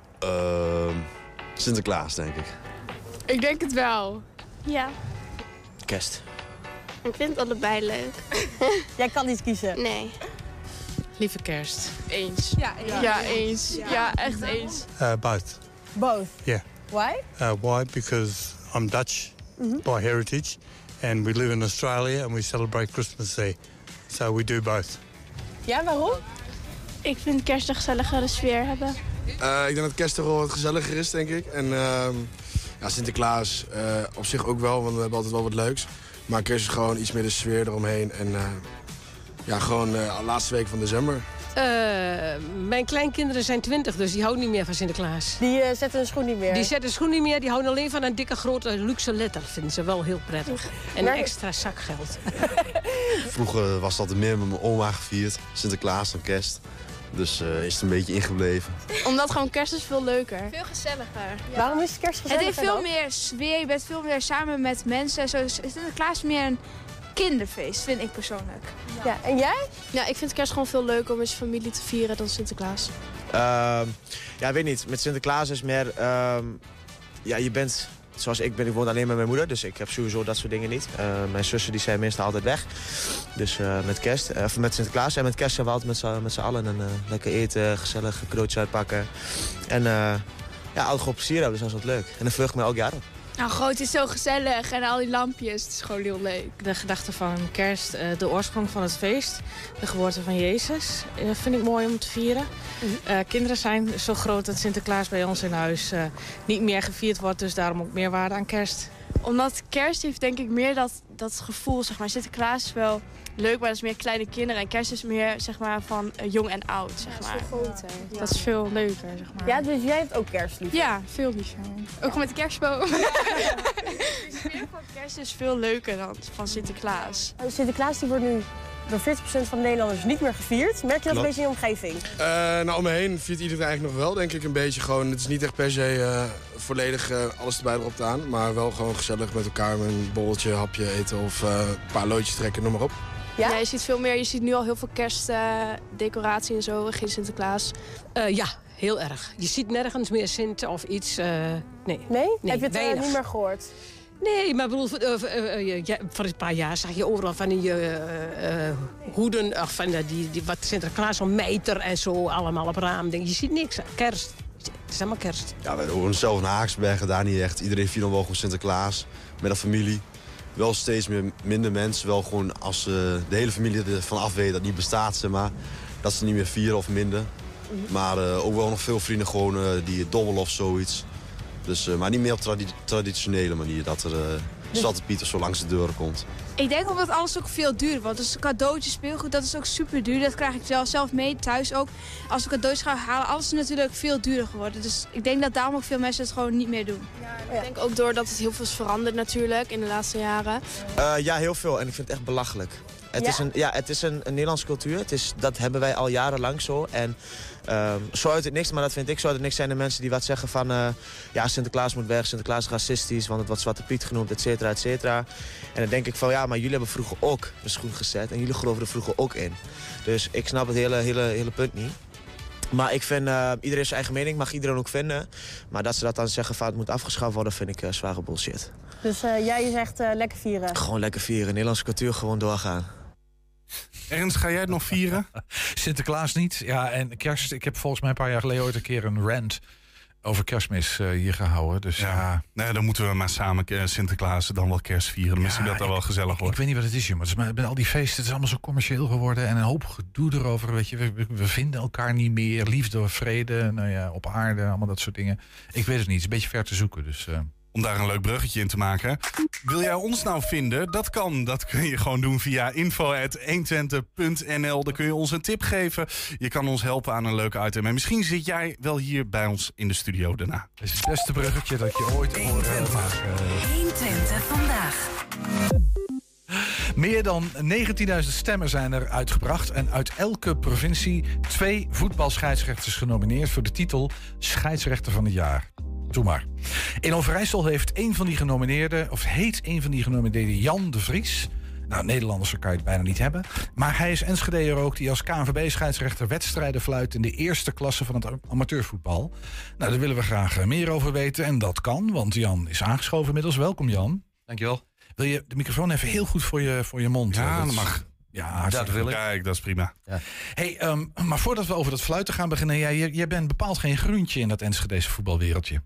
Sinterklaas, denk ik. Ik denk het wel. Ja. Kerst. Ik vind allebei leuk. Jij kan niet kiezen. Nee. Liever kerst. Eens. Ja, Ja, eens. Ja, echt eens. Both. Both? Yeah. Why? Why? Because I'm Dutch by heritage and we live in Australia and we celebrate Christmas there. So we do both. Ja, waarom? Ik vind kerst een gezelligere sfeer hebben. Ik denk dat kerst toch wel wat gezelliger is, denk ik. En Sinterklaas op zich ook wel, want we hebben altijd wel wat leuks. Maar kerst is gewoon iets meer de sfeer eromheen. En gewoon de laatste week van december. Mijn kleinkinderen zijn 20, dus die houden niet meer van Sinterklaas. Die zetten hun schoen niet meer? Die zetten hun schoen niet meer, die houden alleen van een dikke, grote, luxe letter. Vinden ze wel heel prettig. En een extra zakgeld. Vroeger was dat meer met mijn oma gevierd, Sinterklaas dan kerst. Dus is het een beetje ingebleven. Omdat gewoon kerst is veel leuker. Veel gezelliger. Ja. Waarom is kerst gezelliger? Het heeft veel dan? meer sfeer, je bent veel meer samen met mensen. Zo is Sinterklaas meer een kinderfeest, vind ik persoonlijk. Ja, en jij? Ja, ik vind kerst gewoon veel leuker om met je familie te vieren dan Sinterklaas. Ja, weet niet. Met Sinterklaas is meer... je bent... Zoals ik ben, ik woon alleen met mijn moeder, dus ik heb sowieso dat soort dingen niet. Mijn zussen die zijn meestal altijd weg. Dus met Sinterklaas en met kerst zijn we altijd met z'n allen. En lekker eten, gezellig cadeautjes uitpakken. En altijd gewoon plezier hebben, dus dat is wat leuk. En dan verheug ik me elk jaar op. Nou, groot is zo gezellig en al die lampjes, het is gewoon heel leuk. De gedachte van kerst, de oorsprong van het feest, de geboorte van Jezus, vind ik mooi om te vieren. Kinderen zijn zo groot dat Sinterklaas bij ons in huis niet meer gevierd wordt, dus daarom ook meer waarde aan kerst. Omdat kerst heeft denk ik meer dat gevoel, zeg maar. Sinterklaas is wel leuk, maar dat is meer kleine kinderen. En kerst is meer, zeg maar, van jong en oud, zeg maar. Dat is veel groter. Ja. Dat is veel leuker, zeg maar. Ja, dus jij hebt ook kerst liever? Ja, veel liever. Ook met de kerstboom. De van kerst is veel leuker dan van Sinterklaas. Sinterklaas die wordt nu door 40% van de Nederlanders niet meer gevierd. Merk je dat een beetje in je omgeving? Om me heen viert iedereen eigenlijk nog wel, denk ik, een beetje gewoon. Het is niet echt per se volledig alles erbij erop te aan. Maar wel gewoon gezellig met elkaar met een borreltje, hapje eten of een paar loodjes trekken, noem maar op. Ja, je ziet veel meer. Je ziet nu al heel veel kerstdecoratie en zo, geen Sinterklaas. Ja, heel erg. Je ziet nergens meer Sint of iets. Nee? Heb je het niet meer gehoord? Nee, maar bedoel, voor een paar jaar zag je overal van die hoeden, of van die wat Sinterklaas, zo'n meter en zo, allemaal op raam. Je ziet niks. Kerst. Het is helemaal kerst. Ja, we horen zelf in Haaksbergen, daar niet echt. Iedereen viert nog wel gewoon Sinterklaas met een familie. Wel steeds minder mensen, wel gewoon als de hele familie ervan af weet dat het niet bestaat, zeg maar. Dat ze niet meer vieren of minder. Maar ook wel nog veel vrienden gewoon die dobbelen of zoiets. Dus, maar niet meer op traditionele manier, dat er Zwarte Piet of zo langs de deuren komt. Ik denk omdat alles ook veel duurder wordt. Dus cadeautjes, speelgoed, dat is ook super duur. Dat krijg ik zelf mee, thuis ook. Als we cadeautjes gaan halen, alles is natuurlijk veel duurder geworden. Dus ik denk dat daarom ook veel mensen het gewoon niet meer doen. Ja, ik denk ook doordat het heel veel is veranderd natuurlijk in de laatste jaren. Ja, heel veel. En ik vind het echt belachelijk. Het is een Nederlandse cultuur. Dat hebben wij al jarenlang zo. En zo uit het niks, maar dat vind ik zo uit het niks, zijn er mensen die wat zeggen van Sinterklaas moet weg, Sinterklaas is racistisch, want het wordt Zwarte Piet genoemd, et cetera, et cetera. En dan denk ik van ja, maar jullie hebben vroeger ook een schoen gezet en jullie geloven er vroeger ook in. Dus ik snap het hele punt niet. Maar ik vind, iedereen zijn eigen mening, mag iedereen ook vinden. Maar dat ze dat dan zeggen van het moet afgeschaft worden, vind ik zware bullshit. Dus jij zegt lekker vieren? Gewoon lekker vieren, Nederlandse cultuur gewoon doorgaan. Ernst, ga jij het nog vieren? Sinterklaas niet. Ja, en kerst. Ik heb volgens mij een paar jaar geleden ooit een keer een rant over kerstmis hier gehouden. Dus ja. Nee, dan moeten we maar samen Sinterklaas dan wel kerst vieren. Misschien dat wel gezellig wordt. Ik weet niet wat het is, jongen. Maar met al die feesten, het is allemaal zo commercieel geworden. En een hoop gedoe erover. Weet je, we vinden elkaar niet meer. Liefde, vrede, op aarde, allemaal dat soort dingen. Ik weet het niet. Het is een beetje ver te zoeken. Dus... Om daar een leuk bruggetje in te maken. Wil jij ons nou vinden? Dat kan. Dat kun je gewoon doen via info@120.nl. Dan kun je ons een tip geven. Je kan ons helpen aan een leuk item. En misschien zit jij wel hier bij ons in de studio daarna. Dat is het beste bruggetje dat je ooit hoort maken. 120 vandaag. Meer dan 19.000 stemmen zijn er uitgebracht. En uit elke provincie 2 voetbalscheidsrechters genomineerd voor de titel scheidsrechter van het jaar. Doe maar. In Overijssel heet een van die genomineerden Jan de Vries. Nou, Nederlanders kan je het bijna niet hebben. Maar hij is Enschedeër ook die als KNVB-scheidsrechter wedstrijden fluit in de eerste klasse van het amateurvoetbal. Nou, daar willen we graag meer over weten. En dat kan, want Jan is aangeschoven inmiddels. Welkom, Jan. Dankjewel. Wil je de microfoon even heel goed voor je mond? Ja, dat mag. Ja, dat wil ik. Kijk, dat is prima. Ja. Hey, maar voordat we over dat fluiten gaan beginnen... jij bent bepaald geen groentje in dat Enschedese voetbalwereldje.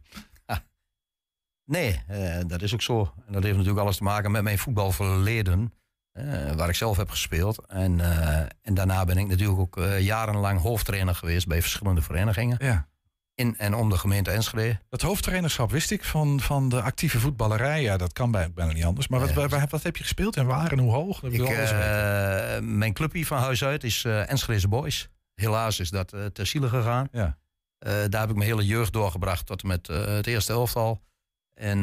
Nee, dat is ook zo. En dat heeft natuurlijk alles te maken met mijn voetbalverleden. Waar ik zelf heb gespeeld. En daarna ben ik natuurlijk ook jarenlang hoofdtrainer geweest... bij verschillende verenigingen. Ja. In en om de gemeente Enschede. Dat hoofdtrainerschap wist ik van de actieve voetballerij. Ja, dat kan bijna niet anders. Maar wat heb je gespeeld en waar en hoe hoog? Mijn clubje van huis uit is Enschedeze Boys. Helaas is dat ter ziele gegaan. Ja. Daar heb ik mijn hele jeugd doorgebracht tot en met het eerste elftal. En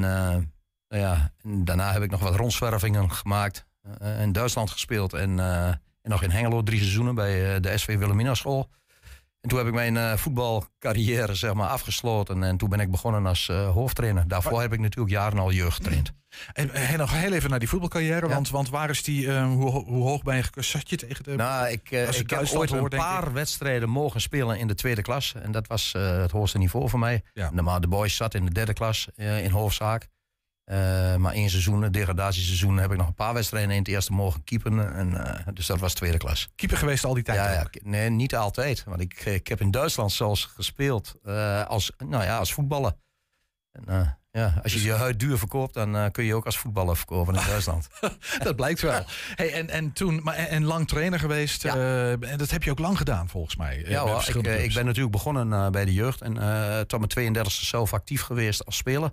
daarna heb ik nog wat rondzwervingen gemaakt. In Duitsland gespeeld en nog in Hengelo 3 seizoenen bij de SV Wilhelmina school. En toen heb ik mijn voetbalcarrière zeg maar, afgesloten. En toen ben ik begonnen als hoofdtrainer. Daarvoor heb ik natuurlijk jaren al jeugd getraind. En nog heel even naar die voetbalcarrière. Ja. Want waar is die, hoe hoog ben je gekust? Zat je tegen de... Nou, ik heb ooit een paar wedstrijden mogen spelen in de tweede klas. En dat was het hoogste niveau voor mij. Ja. Normaal, de boys zat in de derde klas in Hoofdzaak. Maar 1 seizoen, degradatieseizoen, heb ik nog een paar wedstrijden in het eerste mogen keepen. Dus dat was tweede klas. Keeper geweest al die tijd? Ja, nee, niet altijd. Want ik heb in Duitsland zelfs gespeeld als voetballer. En, als je je huid duur verkoopt, dan kun je ook als voetballer verkopen in Duitsland. Dat blijkt wel. Hey, en toen lang trainer geweest. Ja. En dat heb je ook lang gedaan, volgens mij. Ja hoor, ik ben natuurlijk begonnen bij de jeugd. En tot mijn 32e zelf actief geweest als speler.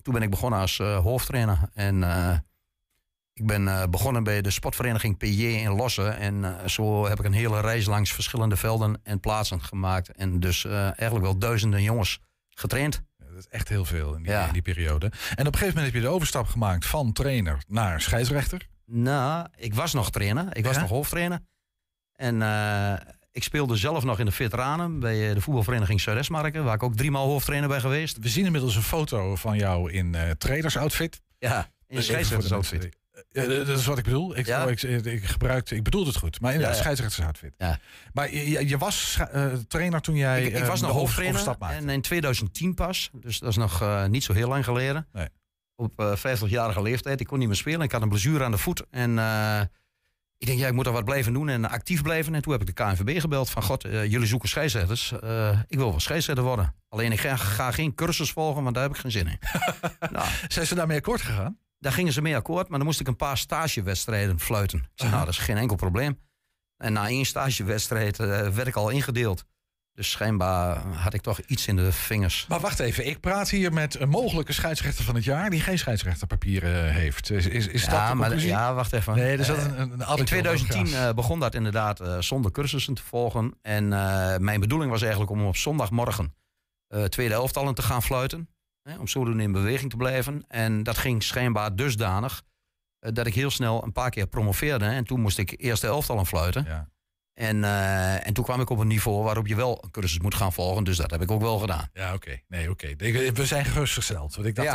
toen ben ik begonnen als hoofdtrainer. En ik ben begonnen bij de sportvereniging PJ in Lossen. En zo heb ik een hele reis langs verschillende velden en plaatsen gemaakt. En dus eigenlijk wel duizenden jongens getraind. Ja, dat is echt heel veel in die periode. En op een gegeven moment heb je de overstap gemaakt van trainer naar scheidsrechter. Nou, ik was nog trainer. Ik was nog hoofdtrainer. En ik speelde zelf nog in de veteranen bij de voetbalvereniging Zuidestmarken, waar ik ook 3 maal hoofdtrainer ben geweest. We zien inmiddels een foto van jou in trainersoutfit. Ja, in scheidsrechtersoutfit. Ja, dat is wat ik bedoel. Ik bedoelde het goed. Maar inderdaad, scheidsrechtersoutfit. Ja. Maar je was trainer toen jij ik was nog hoofdtrainer en in 2010 pas. Dus dat is nog niet zo heel lang geleden. Nee. Op 50-jarige leeftijd. Ik kon niet meer spelen. Ik had een blessure aan de voet. En ik denk, ik moet er wat blijven doen en actief blijven. En toen heb ik de KNVB gebeld van, god, jullie zoeken scheidsrechters. Ik wil wel scheidsrechter worden. Alleen ik ga geen cursus volgen, want daar heb ik geen zin in. Zijn ze daarmee akkoord gegaan? Daar gingen ze mee akkoord, maar dan moest ik een paar stagewedstrijden fluiten. Ik zei, nou, dat is geen enkel probleem. En na 1 stagewedstrijd werd ik al ingedeeld. Dus schijnbaar had ik toch iets in de vingers. Maar wacht even, ik praat hier met een mogelijke scheidsrechter van het jaar die geen scheidsrechterpapieren heeft. Is dat de conclusie? Ja, wacht even. Nee, in 2010 begon dat inderdaad zonder cursussen te volgen. En mijn bedoeling was eigenlijk om op zondagmorgen tweede elftallen te gaan fluiten. Om zodoende in beweging te blijven. En dat ging schijnbaar dusdanig dat ik heel snel een paar keer promoveerde. En toen moest ik eerste elftallen fluiten. Ja. En toen kwam ik op een niveau waarop je wel een cursus moet gaan volgen. Dus dat heb ik ook wel gedaan. Ja, oké. We zijn gerustgesteld. Want ik dacht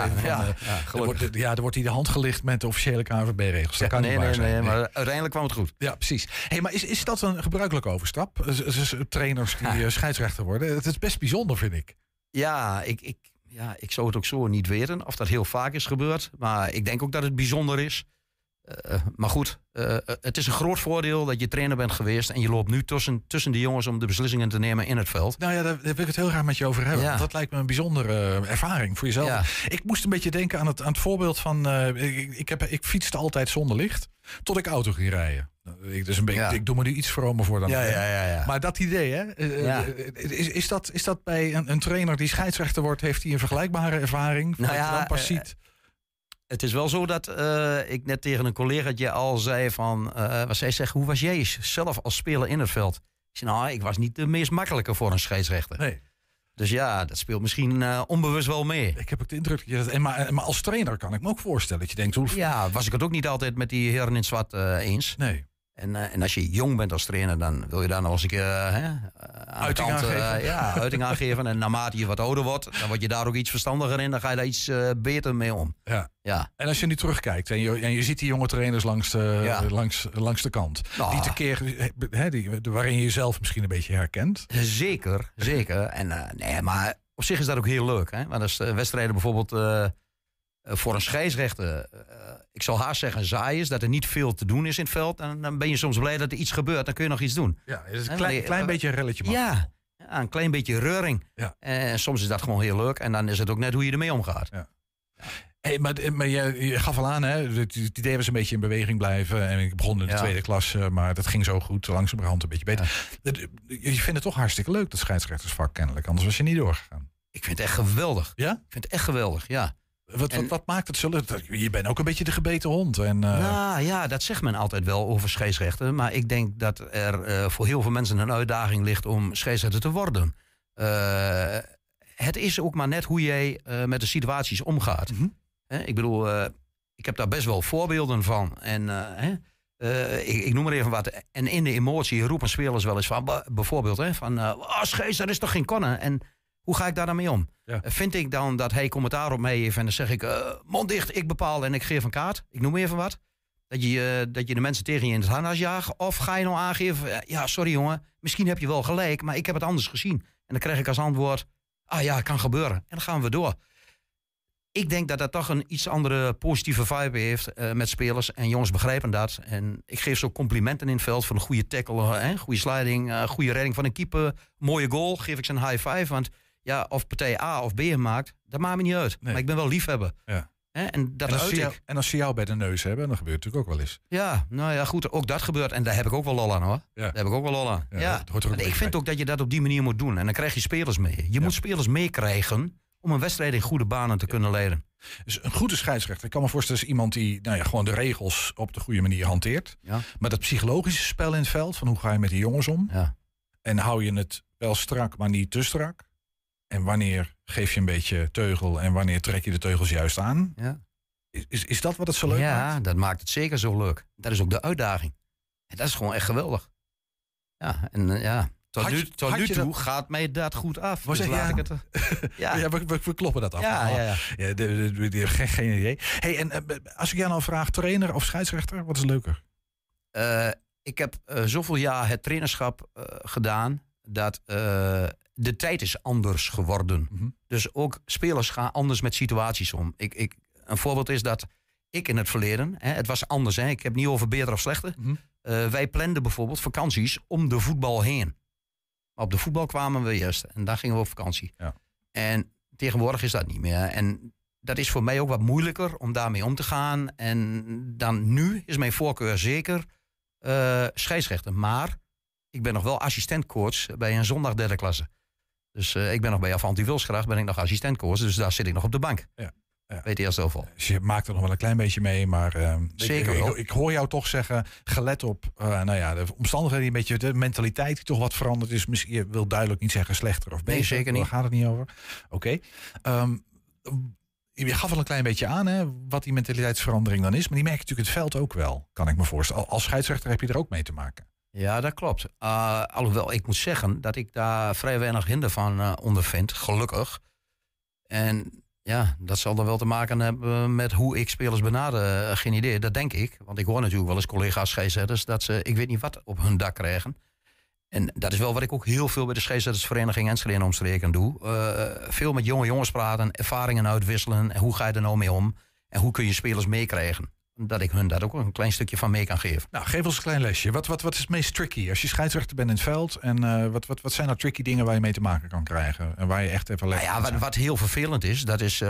er wordt hier de hand gelicht met de officiële KNVB-regels. Dat kan niet waar zijn. Nee, maar uiteindelijk kwam het goed. Ja, precies. Hey, maar is dat een gebruikelijke overstap? Trainers die scheidsrechter worden? Het is best bijzonder, vind ik. Ja, ik zou het ook zo niet weten of dat heel vaak is gebeurd. Maar ik denk ook dat het bijzonder is. Maar goed, het is een groot voordeel dat je trainer bent geweest en je loopt nu tussen de jongens om de beslissingen te nemen in het veld. Nou ja, daar wil ik het heel graag met je over hebben. Want dat lijkt me een bijzondere ervaring voor jezelf. Ja. Ik moest een beetje denken aan het voorbeeld van... Ik fietste altijd zonder licht, tot ik auto ging rijden. Ik doe me nu iets vromer voor dan. Ja. Maar dat idee, hè? Is dat bij een trainer die scheidsrechter wordt, heeft hij een vergelijkbare ervaring? Dan pas ziet... Het is wel zo dat ik net tegen een collegaatje al zei van... wat zij zegt, hoe was jij zelf als speler in het veld? Ik zei, nou, ik was niet de meest makkelijke voor een scheidsrechter. Nee. Dus ja, dat speelt misschien onbewust wel mee. Ik heb ook de indruk, maar als trainer kan ik me ook voorstellen dat je denkt... Ja, was ik het ook niet altijd met die heren in het zwart eens. Nee. En als je jong bent als trainer, dan wil je daar nog eens een keer uiting aangeven. En naarmate je wat ouder wordt, dan word je daar ook iets verstandiger in. Dan ga je daar iets beter mee om. Ja. En als je nu terugkijkt en je ziet die jonge trainers langs de kant. Die tekeer, waarin je jezelf misschien een beetje herkent. Zeker. En, maar op zich is dat ook heel leuk. Hè? Want als wedstrijden bijvoorbeeld... voor een scheidsrechter, ik zal haast zeggen, saai is, dat er niet veel te doen is in het veld. En dan ben je soms blij dat er iets gebeurt, dan kun je nog iets doen. Ja, het is een klein beetje een relletje maken. Ja, een klein beetje reuring. Ja. En soms is dat gewoon heel leuk. En dan is het ook net hoe je ermee omgaat. Ja. Hey, maar je gaf al aan, hè? Het idee was een beetje in beweging blijven. En ik begon in de tweede klas, maar dat ging zo goed, langzamerhand een beetje beter. Je vindt het toch hartstikke leuk, dat scheidsrechtersvak kennelijk. Anders was je niet doorgegaan. Ik vind het echt geweldig. Ja? Ik vind het echt geweldig, ja. Wat maakt het zo leuk? Je bent ook een beetje de gebeten hond. Nou ja, dat zegt men altijd wel over scheidsrechten. Maar ik denk dat er voor heel veel mensen een uitdaging ligt om scheidsrechter te worden. Het is ook maar net hoe jij met de situaties omgaat. Mm-hmm. Ik bedoel, ik heb daar best wel voorbeelden van. En ik noem maar even wat. En in de emotie roepen spelers wel eens van, bijvoorbeeld, scheids, dat is toch geen konnen? En hoe ga ik daar dan mee om? Ja. Vind ik dan dat hij commentaar op mij heeft en dan zeg ik, mond dicht, ik bepaal en ik geef een kaart. Ik noem even wat. Dat je de mensen tegen je in het harnas jaagt. Of ga je nou aangeven, ja, sorry jongen, misschien heb je wel gelijk, maar ik heb het anders gezien. En dan krijg ik als antwoord, kan gebeuren. En dan gaan we door. Ik denk dat dat toch een iets andere positieve vibe heeft met spelers. En jongens begrijpen dat. En ik geef ze complimenten in het veld voor een goede tackle, goede sliding, goede redding van een keeper. Mooie goal, geef ik ze een high five. Want ja, of partij A of B hem maakt, dat maakt me niet uit. Nee. Maar ik ben wel liefhebber. Ja. En als ze jou bij de neus hebben, dan gebeurt het natuurlijk ook wel eens. Ja, nou ja, goed, ook dat gebeurt. En daar heb ik ook wel lol aan, hoor. Ja. Daar heb ik ook wel lol aan. Ja, dat hoort er ook ik vind ook dat je dat op die manier moet doen. En dan krijg je spelers mee. Je moet spelers meekrijgen om een wedstrijd in goede banen te kunnen leiden. Dus een goede scheidsrechter, ik kan me voorstellen, is iemand die gewoon de regels op de goede manier hanteert. Ja. Maar dat psychologische spel in het veld, van hoe ga je met die jongens om? Ja. En hou je het wel strak, maar niet te strak? En wanneer geef je een beetje teugel en wanneer trek je de teugels juist aan? Ja. Is dat wat het zo leuk maakt? Ja, dat maakt het zeker zo leuk. Dat is ook de uitdaging. En dat is gewoon echt geweldig. Ja, en tot nu toe gaat mij dat goed af. Dus we kloppen dat af. Ja. Geen idee. Hey, en als ik jou nou vraag, trainer of scheidsrechter, wat is leuker? Ik heb zoveel jaar het trainerschap gedaan dat de tijd is anders geworden. Mm-hmm. Dus ook spelers gaan anders met situaties om. Een voorbeeld is dat ik in het verleden, het was anders. Ik heb het niet over beter of slechter. Mm-hmm. Wij planden bijvoorbeeld vakanties om de voetbal heen. Maar op de voetbal kwamen we eerst en daar gingen we op vakantie. Ja. En tegenwoordig is dat niet meer. En dat is voor mij ook wat moeilijker om daarmee om te gaan. En dan nu is mijn voorkeur zeker scheidsrechter. Maar ik ben nog wel assistentcoach bij een zondag derde klasse. Dus ik ben nog bij Avanti Wilsgracht, ben ik nog assistentcoach. Dus daar zit ik nog op de bank. Ja. Weet je eerst zoveel. Dus je maakt er nog wel een klein beetje mee, maar zeker ik hoor jou toch zeggen, gelet op de omstandigheden, een beetje de mentaliteit die toch wat veranderd is. Misschien, je wil duidelijk niet zeggen slechter of beter. Nee, zeker niet. Daar gaat het niet over. Oké. Je gaf al een klein beetje aan wat die mentaliteitsverandering dan is, maar die merk je natuurlijk in het veld ook wel, kan ik me voorstellen. Als scheidsrechter heb je er ook mee te maken. Ja, dat klopt. Alhoewel, ik moet zeggen dat ik daar vrij weinig hinder van ondervind, gelukkig. En ja, dat zal dan wel te maken hebben met hoe ik spelers benader. Geen idee, dat denk ik. Want ik hoor natuurlijk wel eens collega's scheidsrechters dat ze, ik weet niet wat, op hun dak krijgen. En dat is wel wat ik ook heel veel bij de scheidsrechtersvereniging Enschede en omstreken doe. Veel met jonge jongens praten, ervaringen uitwisselen. En hoe ga je er nou mee om? En hoe kun je spelers meekrijgen? Dat ik hun daar ook een klein stukje van mee kan geven. Nou, geef ons een klein lesje. Wat is het meest tricky? Als je scheidsrechter bent in het veld. En wat zijn nou tricky dingen waar je mee te maken kan krijgen? En waar je echt even let wat heel vervelend is, dat is...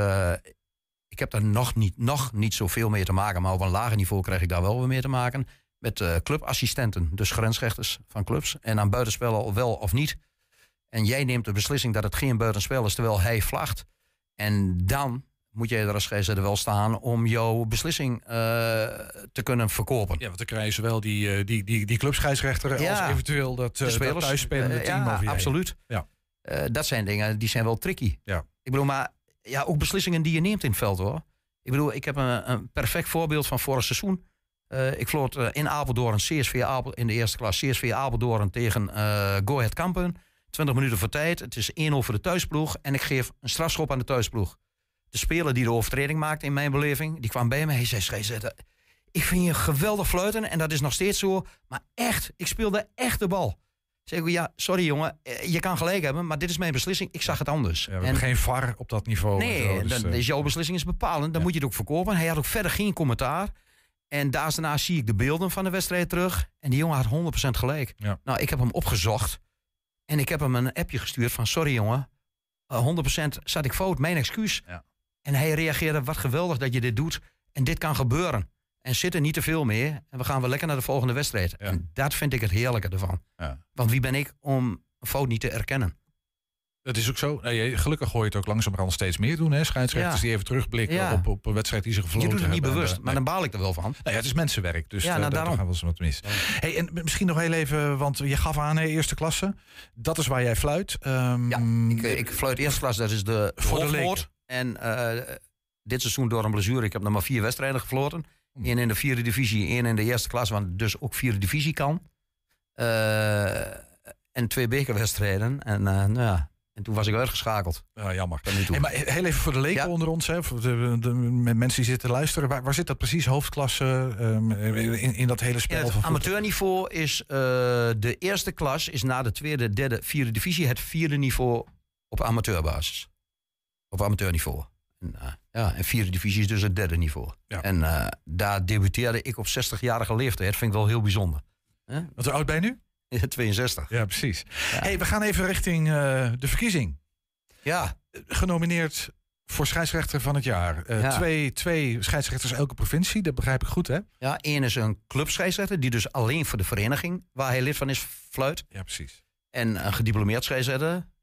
ik heb daar nog niet zoveel mee te maken. Maar op een lager niveau krijg ik daar wel weer mee te maken. Met clubassistenten, dus grensrechters van clubs. En aan buitenspel wel of niet. En jij neemt de beslissing dat het geen buitenspel is, terwijl hij vlagt. En dan moet jij er als scheidsrechter wel staan om jouw beslissing te kunnen verkopen. Ja, want dan krijg je zowel die clubscheidsrechter als eventueel dat thuisspelende team. Ja, absoluut. Ja. Dat zijn dingen, die zijn wel tricky. Ja. Ik bedoel, maar ook beslissingen die je neemt in het veld, hoor. Ik bedoel, ik heb een perfect voorbeeld van vorig seizoen. Ik floot in Apeldoorn, CSV Apeldoorn in de eerste klas, CSV Apeldoorn tegen Go Ahead Kampen. 20 minuten voor tijd. Het is 1-0 voor de thuisploeg. En ik geef een strafschop aan de thuisploeg. De speler die de overtreding maakte in mijn beleving, die kwam bij me. Hij zei, scheidsrechter, ik vind je geweldig fluiten. En dat is nog steeds zo. Maar echt, ik speelde echt de bal. Zeg ik, ja, sorry jongen, je kan gelijk hebben, maar dit is mijn beslissing. Ik zag het anders. Ja, we hebben geen VAR op dat niveau. Nee, dus jouw beslissing is bepalend. Dan moet je het ook verkopen. Hij had ook verder geen commentaar. En daarna zie ik de beelden van de wedstrijd terug. En die jongen had 100% gelijk. Ja. Nou, ik heb hem opgezocht. En ik heb hem een appje gestuurd van, sorry jongen, 100% zat ik fout, mijn excuus. Ja. En hij reageerde, wat geweldig dat je dit doet. En dit kan gebeuren. En zit er niet te veel meer. En we gaan weer lekker naar de volgende wedstrijd. Ja. En dat vind ik het heerlijke ervan. Ja. Want wie ben ik om een fout niet te erkennen? Dat is ook zo. Nee, gelukkig gooi je het ook langzamerhand steeds meer doen. Hè? Scheidsrechters die even terugblikken op een wedstrijd die ze gefloten hebben. Je doet het niet bewust, maar dan baal ik er wel van. Nou ja, het is mensenwerk, dus daarom daar gaan we eens wat mis. Hey, en misschien nog heel even, want je gaf aan eerste klasse. Dat is waar jij fluit. Ik fluit eerste klas, dat is de hoofdmoot. En dit seizoen door een blessure, ik heb nog maar 4 wedstrijden gefloten. 1 in de 4e divisie, 1 in de eerste klas, want dus ook 4e divisie kan. En 2 bekerwedstrijden. En en toen was ik uitgeschakeld. Ja, jammer. Hey, maar heel even voor de leken onder ons, hè, voor de mensen die zitten luisteren. Waar zit dat precies, hoofdklasse, in dat hele spel? Het amateurniveau is de eerste klas is na de 2e, 3e, 4e divisie het 4e niveau op amateurbasis. Op amateurniveau. En 4e divisie is dus het 3e niveau. Ja. En daar debuteerde ik op 60-jarige leeftijd. Dat vind ik wel heel bijzonder. Wat hoe oud ben je nu? 62. Ja, precies. Ja. Hey, we gaan even richting de verkiezing. Ja. Genomineerd voor scheidsrechter van het jaar. Twee scheidsrechters elke provincie, dat begrijp ik goed, hè? Ja, 1 is een clubscheidsrechter die dus alleen voor de vereniging waar hij lid van is fluit. Ja, precies. En een gediplomeerd scheidsrechter.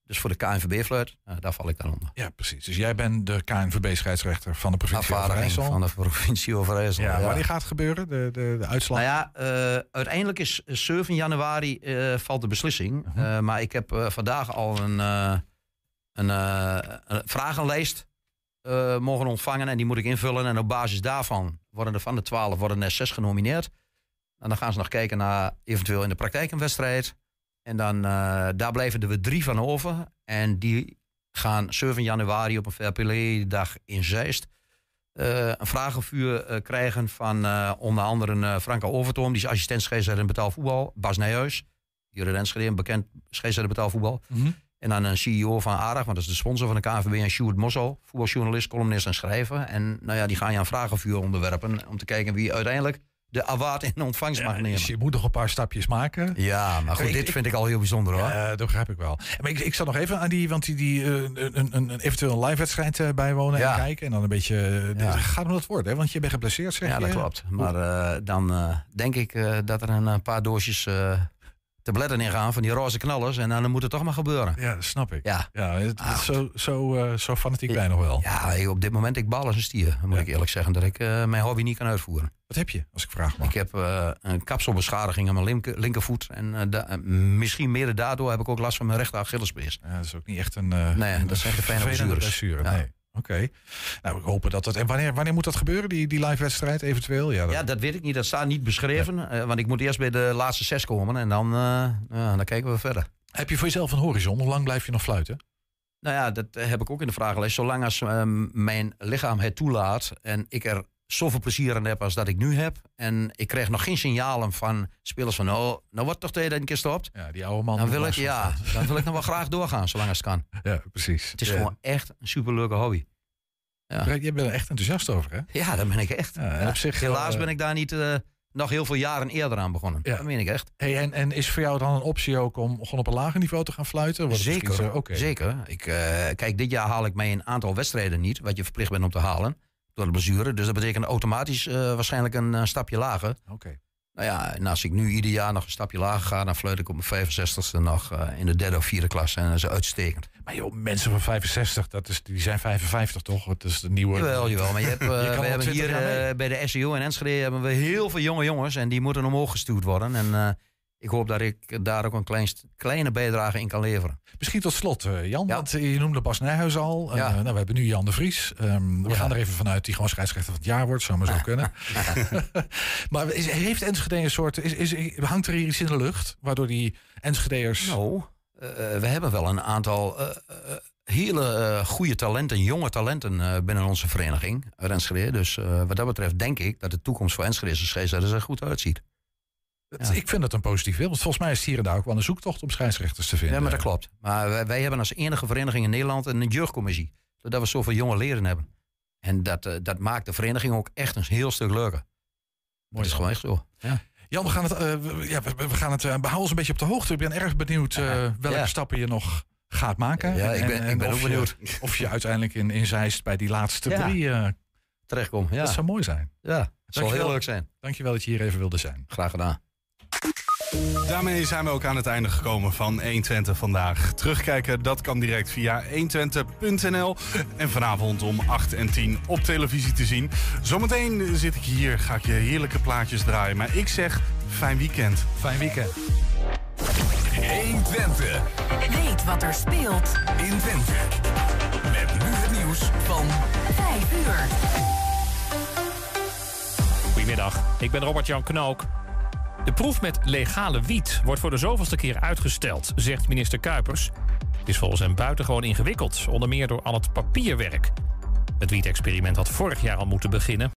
Dus voor de KNVB-fluit, daar val ik dan onder. Ja, precies. Dus jij bent de KNVB-scheidsrechter van de provincie Overijssel. Van de provincie Overijssel. Ja, wanneer gaat het gebeuren, de uitslag? Nou ja, uiteindelijk is 7 januari valt de beslissing. Maar ik heb vandaag al een vragenlijst mogen ontvangen. En die moet ik invullen. En op basis daarvan worden er van de 12 worden er 6 genomineerd. En dan gaan ze nog kijken naar eventueel in de praktijk een wedstrijd. En dan daar blijven er weer 3 van over. En die gaan 7 januari op een fair play dag in Zeist een vragenvuur krijgen van onder andere Franka Overtoom. Die is assistent scheidsrechter in betaalvoetbal. Bas Nijhuis, hier in Enschede, een bekend scheidsrechter betaalvoetbal. En dan een CEO van ARAG, want dat is de sponsor van de KNVB. En Sjoerd Mossel, voetbaljournalist, columnist en schrijver. En nou ja, die gaan je aan vragenvuur onderwerpen om te kijken wie uiteindelijk de award in ontvangst mag nemen. Dus je moet nog een paar stapjes maken. Ja, maar goed, dit vind ik al heel bijzonder hoor. Dat begrijp ik wel. Maar ik zat nog even aan die, want eventueel een live wedstrijd bijwonen en kijken. En dan een beetje, gaat hem dat worden, hè? Want je bent geblesseerd, zeg je? Ja, dat klopt. Maar dan denk ik dat er een paar doosjes tabletten in gaan van die roze knallers. En dan moet het toch maar gebeuren. Ja, dat snap ik. Ja. Zo fanatiek ben je nog wel. Ja, op dit moment ik bal als een stier. Moet ik eerlijk zeggen. Dat ik mijn hobby niet kan uitvoeren. Wat heb je, als ik vraag mag? Ik heb een kapselbeschadiging aan mijn linkervoet. En misschien mede daardoor heb ik ook last van mijn rechter Achillespees. Ja, dat is ook niet echt een... nee, dat zijn geen blessure. Nee. Oké. Nou, we hopen dat het... En wanneer moet dat gebeuren, die live wedstrijd eventueel? Ja, dat weet ik niet. Dat staat niet beschreven. Want ik moet eerst bij de laatste 6 komen. En dan kijken we verder. Heb je voor jezelf een horizon? Hoe lang blijf je nog fluiten? Nou ja, dat heb ik ook in de vragenlijst. Zolang als mijn lichaam het toelaat en ik er zoveel plezier aan heb als dat ik nu heb. En ik krijg nog geen signalen van spelers van nou wordt toch tijd dat een keer stopt. Ja, die oude man. Dan wil ik nog wel graag doorgaan, zolang als het kan. Ja, precies. Het is gewoon echt een superleuke hobby. Ja. Je bent er echt enthousiast over, hè? Ja, daar ben ik echt. Ja, op zich, helaas ben ik daar niet nog heel veel jaren eerder aan begonnen. Ja. Dat meen ik echt. Hey, en is voor jou dan een optie ook om gewoon op een lager niveau te gaan fluiten? Zeker. Zeker. Kijk, dit jaar haal ik mij een aantal wedstrijden niet, wat je verplicht bent om te halen. Door de blessure. Dus dat betekent automatisch waarschijnlijk een stapje lager. Oké. Nou ja, en als ik nu ieder jaar nog een stapje lager ga, dan fluit ik op mijn 65ste nog in de 3e of 4e klas. En dat is uitstekend. Maar joh, mensen van 65, die zijn 55 toch? Dat is de nieuwe... Jawel. Maar je hebt, we hebben hier bij de SEO in Enschede hebben we heel veel jonge jongens. En die moeten omhoog gestuurd worden. En ik hoop dat ik daar ook een kleine bijdrage in kan leveren. Misschien tot slot, Jan. Ja. Want je noemde Bas Nijhuis al. We hebben nu Jan de Vries. We gaan er even vanuit die gewoon scheidsrechter van het jaar wordt. Zou maar zo kunnen. Maar heeft Enschede een soort... hangt er hier iets in de lucht? Waardoor die Enschedeërs... Nou, we hebben wel een aantal hele goede talenten, jonge talenten binnen onze vereniging uit Enschede. Dus wat dat betreft denk ik dat de toekomst voor Enschedese scheidsrechters er goed uitziet. Ja. Ik vind dat een positief beeld. Want volgens mij is het hier en daar ook wel een zoektocht om scheidsrechters te vinden. Ja, maar dat klopt. Maar wij hebben als enige vereniging in Nederland een jeugdcommissie. Zodat we zoveel jonge leren hebben. En dat maakt de vereniging ook echt een heel stuk leuker. Dat is gewoon echt zo. Ja. Jan, we gaan het behouden ons een beetje op de hoogte. Ik ben erg benieuwd welke stappen je nog gaat maken. Ja, ik ben ook benieuwd. Of je uiteindelijk in Zeist bij die laatste 3 terechtkomt. Ja. Dat zou mooi zijn. Ja, het zal heel leuk zijn. Dankjewel dat je hier even wilde zijn. Graag gedaan. Daarmee zijn we ook aan het einde gekomen van 120 vandaag. Terugkijken, dat kan direct via 120.nl. En vanavond om 8 en 10 op televisie te zien. Zometeen zit ik hier, ga ik je heerlijke plaatjes draaien. Maar ik zeg, fijn weekend. Fijn weekend. 120. Weet wat er speelt in Twente. Met nu het nieuws van 5 uur. Goedemiddag, ik ben Robert-Jan Knook. De proef met legale wiet wordt voor de zoveelste keer uitgesteld, zegt minister Kuipers. Het is volgens hem buitengewoon ingewikkeld, onder meer door al het papierwerk. Het wietexperiment had vorig jaar al moeten beginnen.